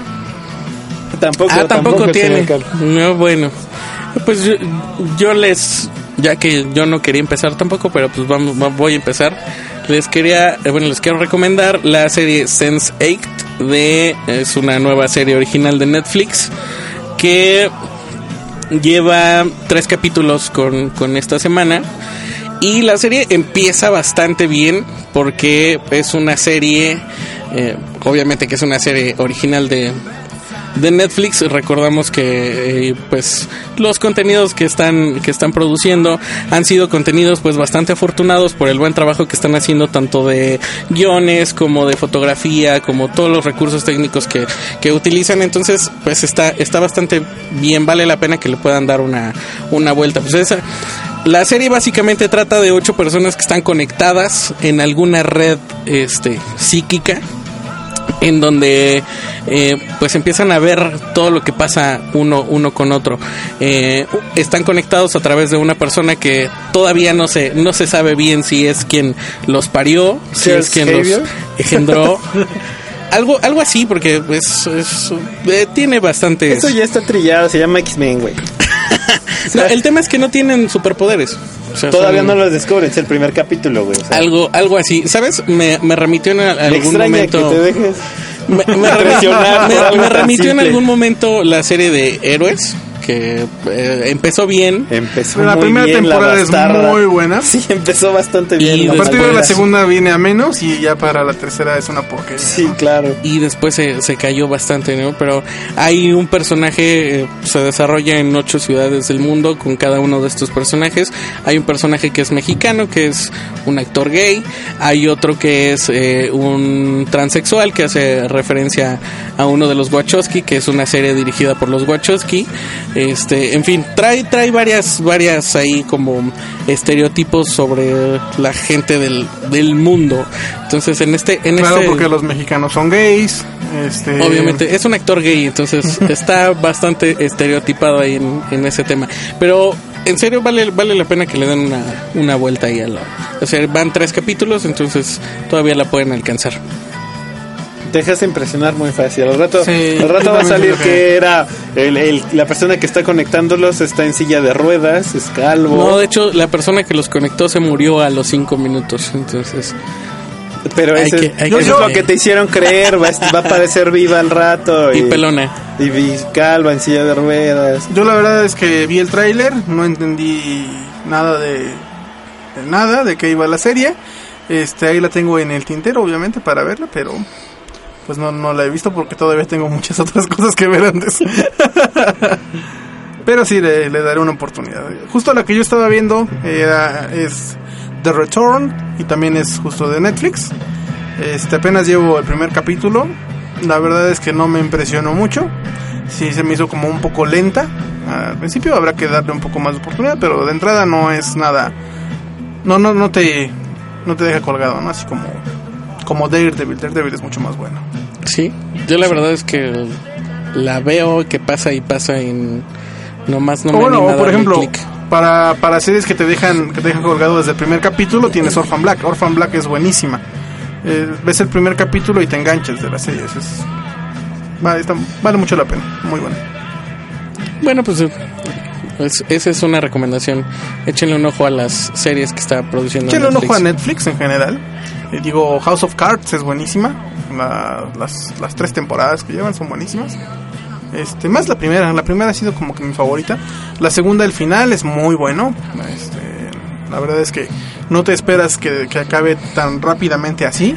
Tampoco tiene. No, bueno. Pues ya que yo no quería empezar tampoco, pero pues voy a empezar. Les quiero recomendar la serie Sense8 es una nueva serie original de Netflix que lleva 3 capítulos con esta semana y la serie empieza bastante bien porque es una serie, obviamente que es una serie original de Netflix. Recordamos que pues los contenidos que están produciendo han sido contenidos pues bastante afortunados por el buen trabajo que están haciendo, tanto de guiones como de fotografía, como todos los recursos técnicos que utilizan. Entonces pues está bastante bien, vale la pena que le puedan dar una vuelta. Pues la serie básicamente trata de 8 personas que están conectadas en alguna red psíquica, en donde pues empiezan a ver todo lo que pasa uno con otro. Están conectados a través de una persona que todavía no se sabe bien si es quien los parió, si es quien los engendró. Algo así, porque tiene bastante... Eso ya está trillado, se llama X-Men, güey. No, el tema es que no tienen superpoderes. O sea, todavía no los descubren, es el primer capítulo, güey. O sea, algo así, ¿sabes? Me remitió en algún momento. Que te dejes Me remitió en algún momento la serie de Héroes, que empezó bien. Empezó la muy primera bien, temporada la es muy buena. Sí, empezó bastante bien. Y A partir de la después- segunda viene a menos y ya para la tercera es una porquería. Sí, claro. Y después se cayó bastante, ¿no? Pero hay un personaje, se desarrolla en 8 ciudades del mundo con cada uno de estos personajes. Hay un personaje que es mexicano, que es un actor gay. Hay otro que es un transexual, que hace referencia a uno de los Wachowski, que es una serie dirigida por los Wachowski. En fin, trae varias ahí como estereotipos sobre la gente del mundo. Entonces Claro, porque los mexicanos son gays. Obviamente, es un actor gay, entonces está bastante estereotipado ahí en ese tema. Pero en serio vale la pena que le den una vuelta ahí o sea, van 3 capítulos, entonces todavía la pueden alcanzar. Te dejas impresionar muy fácil. Al rato, Sí, va a salir también que era la persona que está conectándolos está en silla de ruedas, es calvo. No, de hecho, la persona que los conectó se murió a los 5 minutos, entonces... Pero hay eso que- hay es que- lo que te hicieron creer. Va a parecer viva al rato. Y pelona. Y calva en silla de ruedas. Yo la verdad es que vi el tráiler, no entendí nada de qué iba la serie. Ahí la tengo en el tintero, obviamente, para verla, pero pues no la he visto porque todavía tengo muchas otras cosas que ver antes. Pero sí, le daré una oportunidad. Justo la que yo estaba viendo es The Return y también es justo de Netflix. Apenas llevo el primer capítulo. La verdad es que no me impresionó mucho. Sí, se me hizo como un poco lenta. Al principio habrá que darle un poco más de oportunidad, pero de entrada no es nada. No te deja colgado, ¿no? Así como Daredevil. Daredevil es mucho más bueno. Sí, yo la verdad es que la veo que pasa y pasa en... Nomás no me Bueno, anima a o por darle ejemplo, clic. para series que te dejan colgado desde el primer capítulo, tienes Orphan Black. Orphan Black es buenísima. Ves el primer capítulo y te enganchas de la serie. Vale mucho la pena. Muy bueno. Bueno, pues esa es una recomendación. Échenle un ojo a las series que está produciendo Échale un Netflix. ojo a Netflix en general. Digo, House of Cards es buenísima. Las 3 temporadas que llevan son buenísimas. Más la primera ha sido como que mi favorita. La segunda, el final es muy bueno. La verdad es que no te esperas que acabe tan rápidamente así.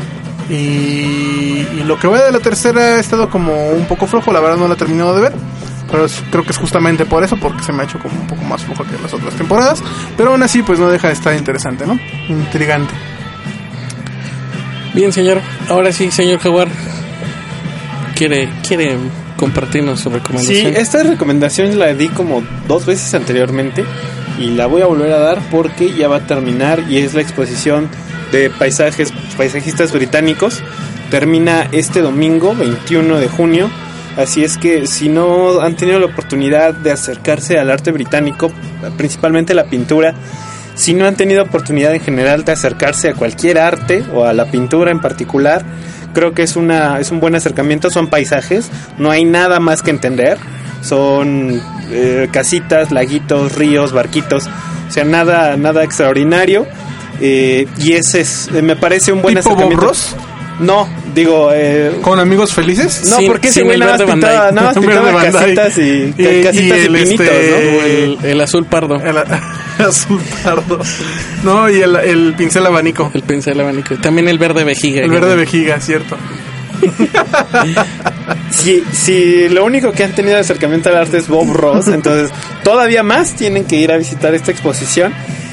Y lo que va de la tercera ha estado como un poco flojo. La verdad no la he terminado de ver, pero creo que es justamente por eso, porque se me ha hecho como un poco más floja que las otras temporadas. Pero aún así pues no deja de estar interesante, ¿no? Intrigante. Bien, señor. Ahora sí, señor Jaguar. ¿Quiere compartirnos su Sí, recomendación? esta recomendación la di como 2 veces anteriormente y la voy a volver a dar porque ya va a terminar y es la exposición de paisajistas británicos. Termina este domingo 21 de junio, así es que si no han tenido la oportunidad de acercarse al arte británico, principalmente la pintura, si no han tenido oportunidad en general de acercarse a cualquier arte o a la pintura en particular, creo que es un buen acercamiento. Son paisajes, no hay nada más que entender. Son casitas, laguitos, ríos, barquitos, o sea, nada extraordinario. Y ese me parece un buen ¿Tipo acercamiento. Bob Ross? No, digo... ¿Con amigos felices? no, Sin- porque ese sin güey el nada verde más pintaba, Van Dyke. pintaba Verde Van Dyke. casitas y casitas y el, pinitos, ¿no? El azul pardo. El azul pardo. No, y el pincel abanico. El pincel abanico. También el verde vejiga. El verde vejiga, cierto. Si lo único que han tenido de acercamiento al arte es Bob Ross, entonces todavía más tienen que ir a visitar esta exposición.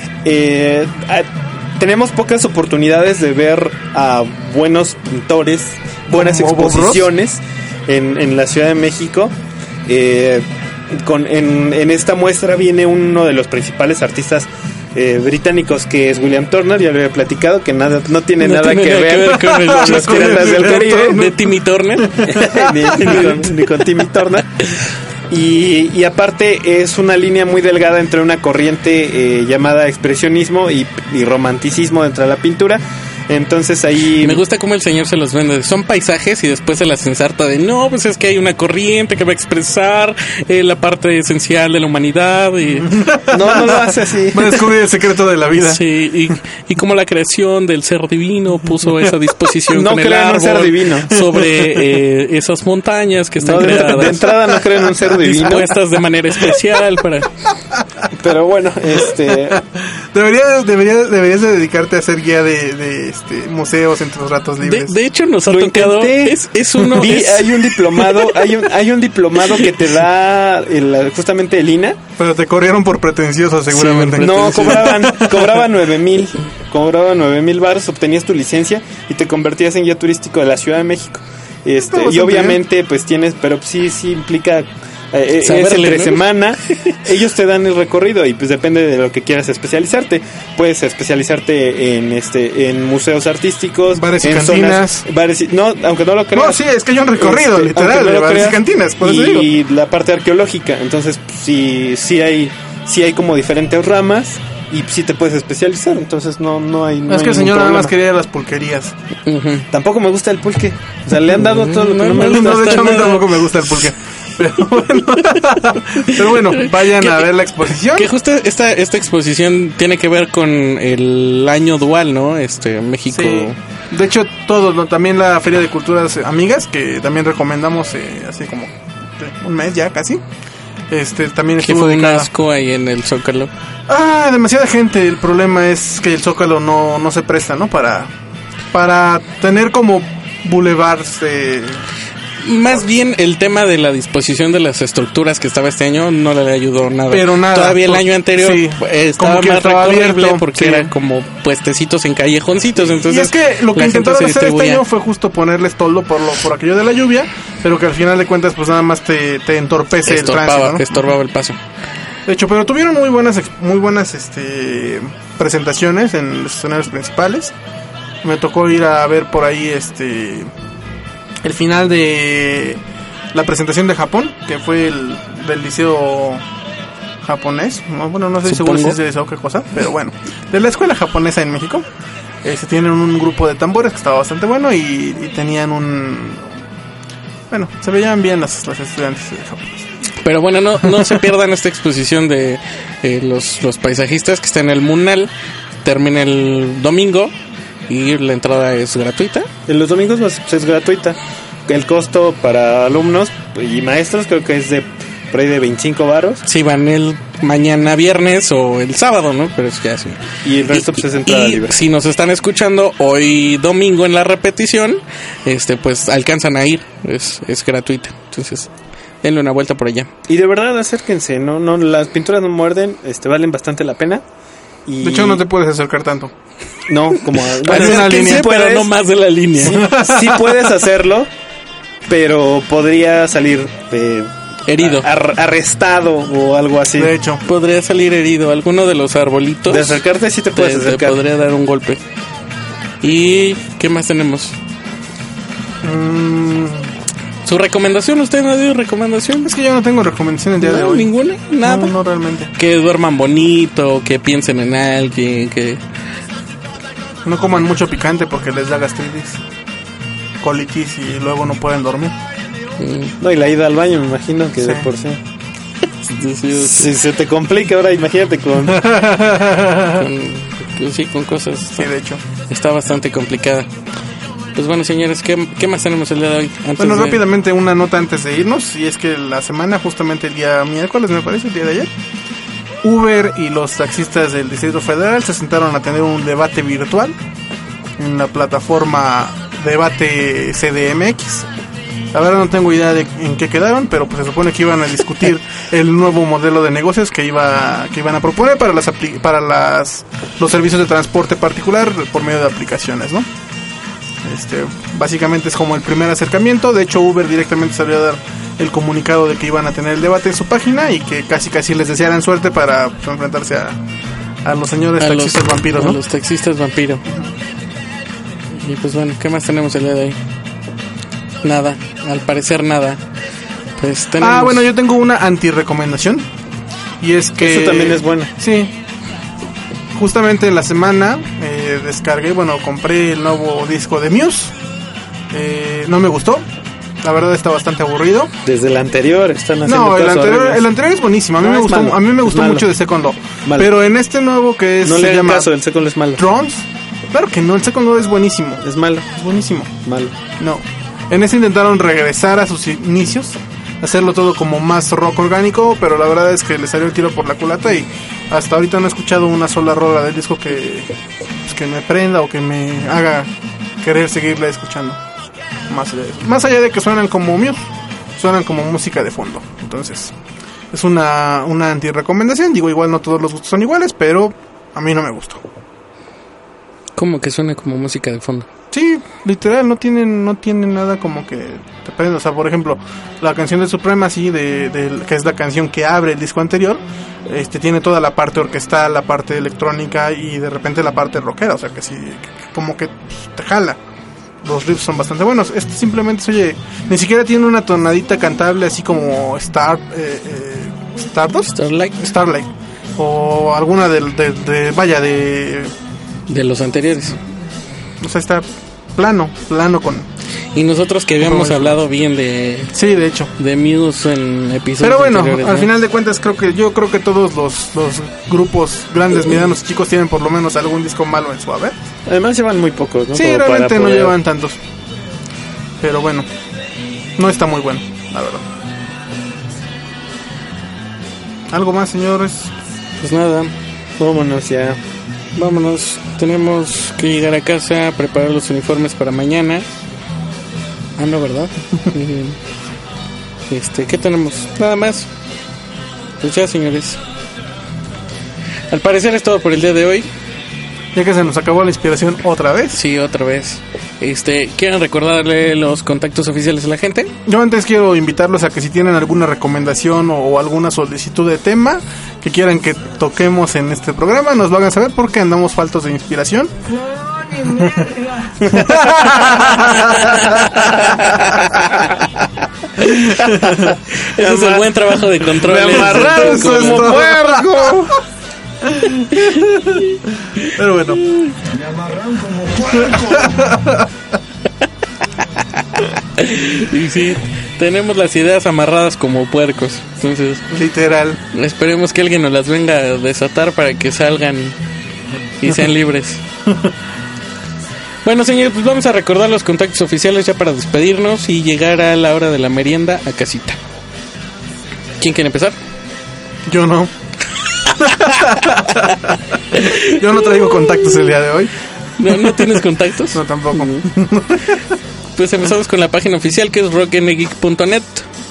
Tenemos pocas oportunidades de ver a buenos pintores, buenas ¿Como Bob exposiciones en la Ciudad de México. En esta muestra viene uno de los principales artistas británicos, que es William Turner. Ya lo había platicado, que no tiene nada que ver con los Piratas del Caribe de Timmy Turner. ni con Timmy Turner. Y aparte es una línea muy delgada entre una corriente llamada expresionismo y romanticismo dentro de la pintura. Entonces ahí... Me gusta cómo el señor se los vende. Son paisajes y después se las ensarta de no, pues es que hay una corriente que va a expresar la parte esencial de la humanidad y... No lo hace así. Va a descubrir el secreto de la vida. Sí, y como la creación del ser divino puso esa disposición No con el crean un árbol ser divino. sobre esas montañas que están creadas. De entrada no creen un ser divino. Dispuestas de manera especial para... Pero bueno, Deberías de dedicarte a ser guía de museos en tus ratos libres. De hecho nos ha Lo tocado... intenté. Es uno... Hay un diplomado, hay un diplomado que te da justamente el INA. Pero te corrieron por pretencioso, seguramente. Sí, No, cobraban 9,000 baros, obtenías tu licencia y te convertías en guía turístico de la Ciudad de México. Y obviamente pues tienes, pero sí implica es entre semana. Ellos te dan el recorrido y pues depende de lo que quieras especializarte. Puedes especializarte en museos artísticos, bares y en cantinas. Aunque no lo creas. No, sí, es que hay un recorrido literal aunque no de lo bares creas, y cantinas, por eso digo. y la parte arqueológica. Entonces sí hay como diferentes ramas y sí te puedes especializar. Entonces no hay es que el señor nada más quería las pulquerías. Tampoco me gusta el pulque. O sea, le han dado todo lo que no me gusta. No, de hecho a mí tampoco me gusta el pulque. Pero bueno, vayan a ver la exposición. Que justo esta exposición tiene que ver con el año dual, ¿no? México. Sí. De hecho, todo, ¿no? También la Feria de Culturas Amigas, que también recomendamos así como un mes ya casi. También Que estuvo fue un dedicada. asco ahí en el Zócalo. Demasiada gente. El problema es que el Zócalo no se presta, ¿no? Para tener como boulevards Más bien el tema de la disposición de las estructuras que estaba este año no le ayudó nada. Pero nada. Todavía el año anterior sí, estaba como que más estaba recorrible abierto, porque sí. era como puestecitos en callejoncitos. Entonces, y es que lo que la gente intentaron se hacer este distribuía. año fue justo ponerles toldo por aquello de la lluvia, pero que al final de cuentas pues nada más te entorpece el tránsito, ¿no? Estorbaba el paso. De hecho, pero tuvieron muy buenas presentaciones en los escenarios principales. Me tocó ir a ver por ahí el final de la presentación de Japón, que fue del liceo japonés. No estoy seguro si es de eso o qué cosa, pero bueno, de la escuela japonesa en México. Tienen un grupo de tambores que estaba bastante bueno y tenían se veían bien los estudiantes de Japón. Pero bueno, no se pierdan esta exposición de los paisajistas que está en el Munal. Termina el domingo y la entrada es gratuita. En los domingos es gratuita. El costo para alumnos y maestros creo que es por ahí de 25 varos. Sí, van el mañana viernes o el sábado, ¿no? Pero es ya sí. Y el resto pues es entrada libre. Si nos están escuchando hoy domingo en la repetición, pues alcanzan a ir. Es gratuita. Entonces, denle una vuelta por allá. Y de verdad acérquense, no las pinturas no muerden, valen bastante la pena. Y... De hecho no te puedes acercar tanto. No, como Hay una línea, pero no más de la línea. Sí puedes hacerlo, pero podría salir herido, arrestado o algo así. De hecho, podría salir herido. Alguno de los arbolitos. De acercarte sí te puedes acercar. Te podría dar un golpe. ¿Y qué más tenemos? ¿Su recomendación? ¿Usted no dio recomendación? Es que yo no tengo recomendación el día de hoy. ¿Ninguna? ¿Nada? No, realmente. Que duerman bonito, que piensen en alguien, que... No coman mucho picante porque les da gastritis, colitis y luego no pueden dormir. No, y la ida al baño me imagino que de por sí. Si se te complica ahora, imagínate con cosas. Sí, de hecho. Está bastante complicada. Pues bueno, señores, ¿qué más tenemos el día de hoy? Rápidamente una nota antes de irnos, y es que la semana, justamente el día miércoles, me parece, el día de ayer, Uber y los taxistas del Distrito Federal se sentaron a tener un debate virtual en la plataforma Debate CDMX. La verdad no tengo idea de en qué quedaron, pero pues se supone que iban a discutir el nuevo modelo de negocios que iban a proponer para los servicios de transporte particular por medio de aplicaciones, ¿no? Básicamente es como el primer acercamiento. De hecho, Uber directamente salió a dar el comunicado de que iban a tener el debate en su página y que casi les desearan suerte para enfrentarse a los señores taxistas vampiros, ¿no? A los taxistas vampiros. Y pues bueno, ¿qué más tenemos el día de hoy? Nada, al parecer nada. Pues tenemos... bueno, yo tengo una anti-recomendación. Y es que... Eso también es bueno. Sí. Justamente en la semana compré el nuevo disco de Muse. No me gustó. La verdad está bastante aburrido. Desde el anterior están haciendo No, el cosas anterior horribles. es buenísimo. A mí No, me es gustó, malo, a mí me es gustó malo. mucho de Second Law. Malo. Pero en este nuevo que No se le hagan llama caso, el Second es malo. Drums, claro que no, el Second Law es buenísimo. Es malo, Es buenísimo. malo. No. En ese intentaron regresar a sus inicios, hacerlo todo como más rock orgánico, pero la verdad es que le salió el tiro por la culata y hasta ahorita no he escuchado una sola rola del disco que me prenda o que me haga querer seguirla escuchando. Más allá de que suenan como Muse, suenan como música de fondo. Entonces, es una anti-recomendación. Digo, igual no todos los gustos son iguales, pero a mí no me gustó. ¿Cómo que suena como música de fondo? Sí, literal, no tienen nada como que te prenda. O sea, por ejemplo, la canción de Supremacy, que es la canción que abre el disco anterior, tiene toda la parte orquestal, la parte electrónica y de repente la parte rockera. O sea, que sí, como que te jala. Los riffs son bastante buenos. Este simplemente se oye, ni siquiera tiene una tonadita cantable así como Stardust, Starlight, o alguna de los anteriores. o sea, está plano con. Y nosotros que habíamos hablado bien de hecho, de Muse en episodios pero bueno, anteriores, al ¿no? final de cuentas yo creo que todos los grupos grandes, medianos y chicos tienen por lo menos algún disco malo en su haber. Además llevan muy pocos, ¿no? Sí, Como realmente para no poder- llevan tantos. Pero bueno, no está muy bueno, la verdad. ¿Algo más, señores? Pues nada, Vámonos ya. vámonos. Tenemos que llegar a casa, preparar los uniformes para mañana. Ah, no, ¿verdad? ¿Qué tenemos? Nada más. Pues ya, señores. Al parecer es todo por el día de hoy. Ya que se nos acabó la inspiración otra vez. Sí, otra vez. ¿Quieren recordarle los contactos oficiales a la gente? Yo antes quiero invitarlos a que si tienen alguna recomendación o alguna solicitud de tema que quieran que toquemos en este programa, nos lo hagan saber porque andamos faltos de inspiración. Ese es el buen trabajo de control. Me amarraron como puerco. Pero bueno. Y sí, tenemos las ideas amarradas como puercos. Entonces, literal, esperemos que alguien nos las venga a desatar para que salgan y sean libres. Bueno, señores, pues vamos a recordar los contactos oficiales ya para despedirnos y llegar a la hora de la merienda a casita. ¿Quién quiere empezar? Yo no. Yo no traigo contactos el día de hoy. ¿No tienes contactos? No, tampoco. Pues empezamos con la página oficial que es rockngeek.net.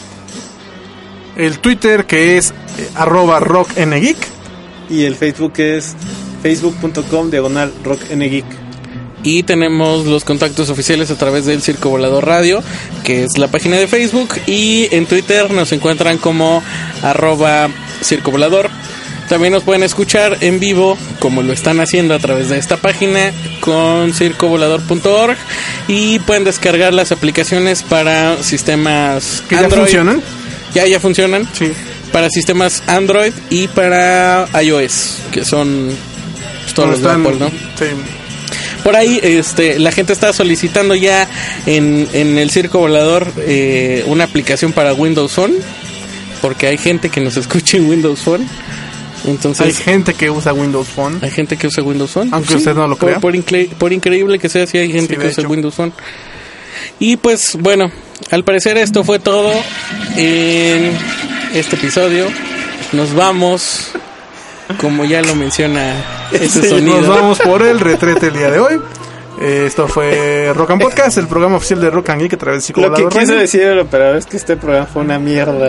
El Twitter que es @rockngeek. Y el Facebook es facebook.com/rockngeek. Y tenemos los contactos oficiales a través del Circo Volador Radio, que es la página de Facebook. Y en Twitter nos encuentran como @Circo Volador. También nos pueden escuchar en vivo, como lo están haciendo a través de esta página, con circovolador.org. Y pueden descargar las aplicaciones para sistemas ¿Que Android. ya funcionan? Ya funcionan. Sí. Para sistemas Android y para iOS, que son pues, todos los de Apple, ¿no? Sí. Por ahí la gente está solicitando ya en el Circo Volador una aplicación para Windows Phone, porque hay gente que nos escucha en Windows Phone. Entonces, Hay gente que usa Windows Phone. hay gente que usa Windows Phone. Aunque usted no lo crea. Por increíble que sea, sí hay gente Sí, que de usa hecho. Windows Phone. Y pues bueno, al parecer esto fue todo en este episodio. Nos vamos, como ya lo menciona ese sonido. Nos vamos por el retrete el día de hoy. Esto fue Rock and Podcast, el programa oficial de Rock and Geek a través de Circo Lo que Volador quiso Radio. decir el operador es que este programa fue una mierda.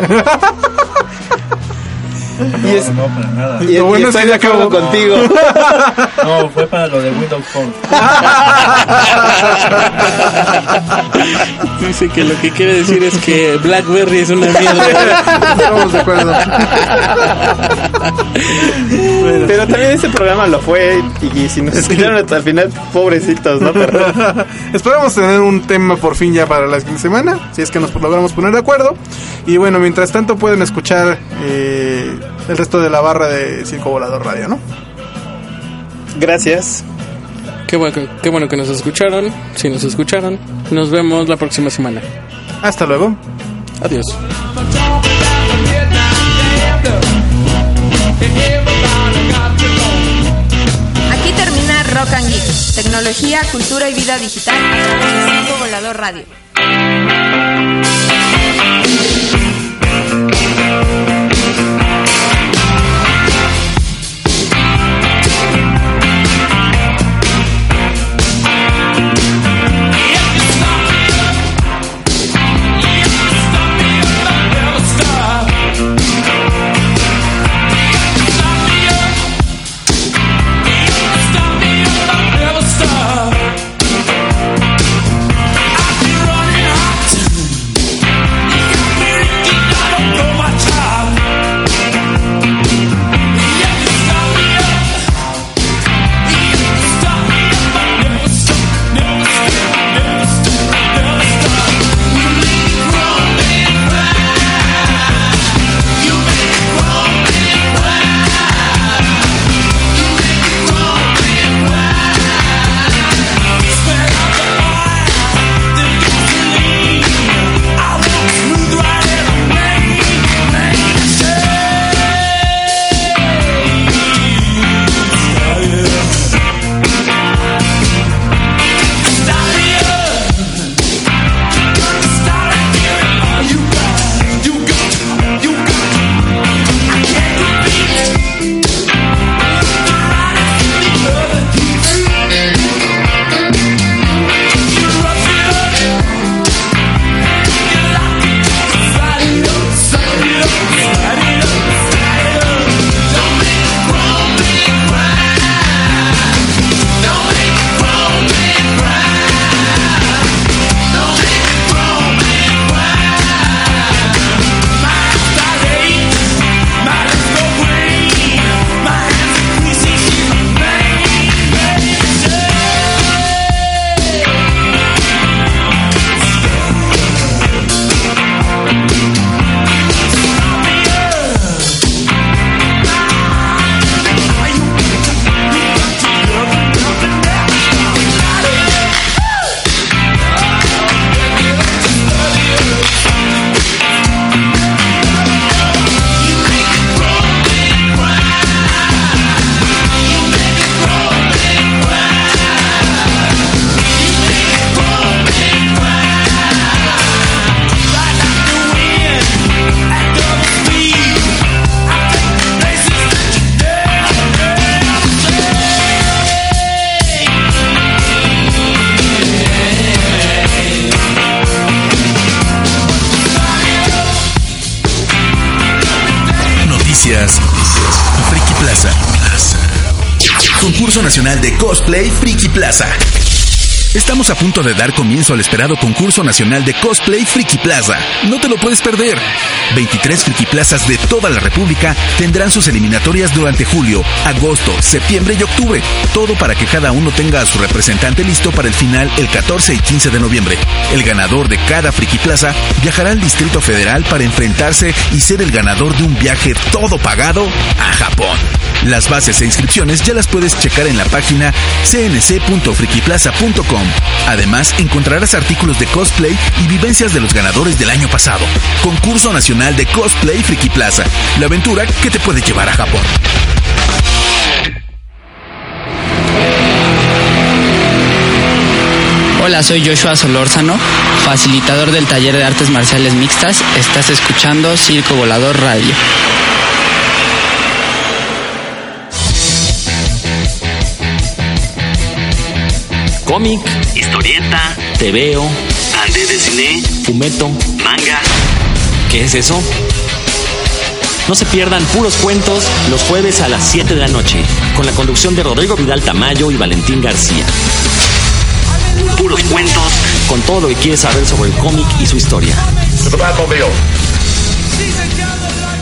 No, para nada. Y Lo bueno es estoy que de ya acuerdo acabó. contigo. No, fue para lo de Windows Phone. Dice que lo que quiere decir es que BlackBerry es una mierda. Estamos de acuerdo. Pero también este programa lo fue. Y si nos escucharon hasta el final, pobrecitos, ¿no? Pero Esperamos tener un tema por fin ya para la siguiente semana, si es que nos logramos poner de acuerdo. Y bueno, mientras tanto pueden escuchar el resto de la barra de Circo Volador Radio, ¿no? gracias. Qué bueno que nos escucharon. Si nos escucharon, nos vemos la próxima semana. Hasta luego. Adiós. Aquí termina Rock and Geek, tecnología, cultura y vida digital a través de Circo Volador Radio. Friki Plaza. Concurso Nacional de Cosplay Friki Plaza. Estamos a punto de dar comienzo al esperado concurso nacional de Cosplay Friki Plaza. No te lo puedes perder. 23 Friki Plazas de toda la República tendrán sus eliminatorias durante julio, agosto, septiembre y octubre. Todo para que cada uno tenga a su representante listo para el final el 14 y 15 de noviembre. El ganador de cada Friki Plaza viajará al Distrito Federal para enfrentarse y ser el ganador de un viaje todo pagado a Japón. Las bases e inscripciones ya las puedes checar en la página cnc.frikiplaza.com. Además, encontrarás artículos de cosplay y vivencias de los ganadores del año pasado. Concurso Nacional de Cosplay Friki Plaza. La aventura que te puede llevar a Japón. Hola, soy Joshua Solórzano, facilitador del taller de artes marciales mixtas. Estás escuchando Circo Volador Radio. Cómic, historieta, TVO, ande de cine, fumeto, manga. ¿Qué es eso? No se pierdan Puros Cuentos los jueves a las 7 de la noche, con la conducción de Rodrigo Vidal Tamayo y Valentín García. Puros Cuentos, con todo lo que quieres saber sobre el cómic y su historia. To the Batmobile.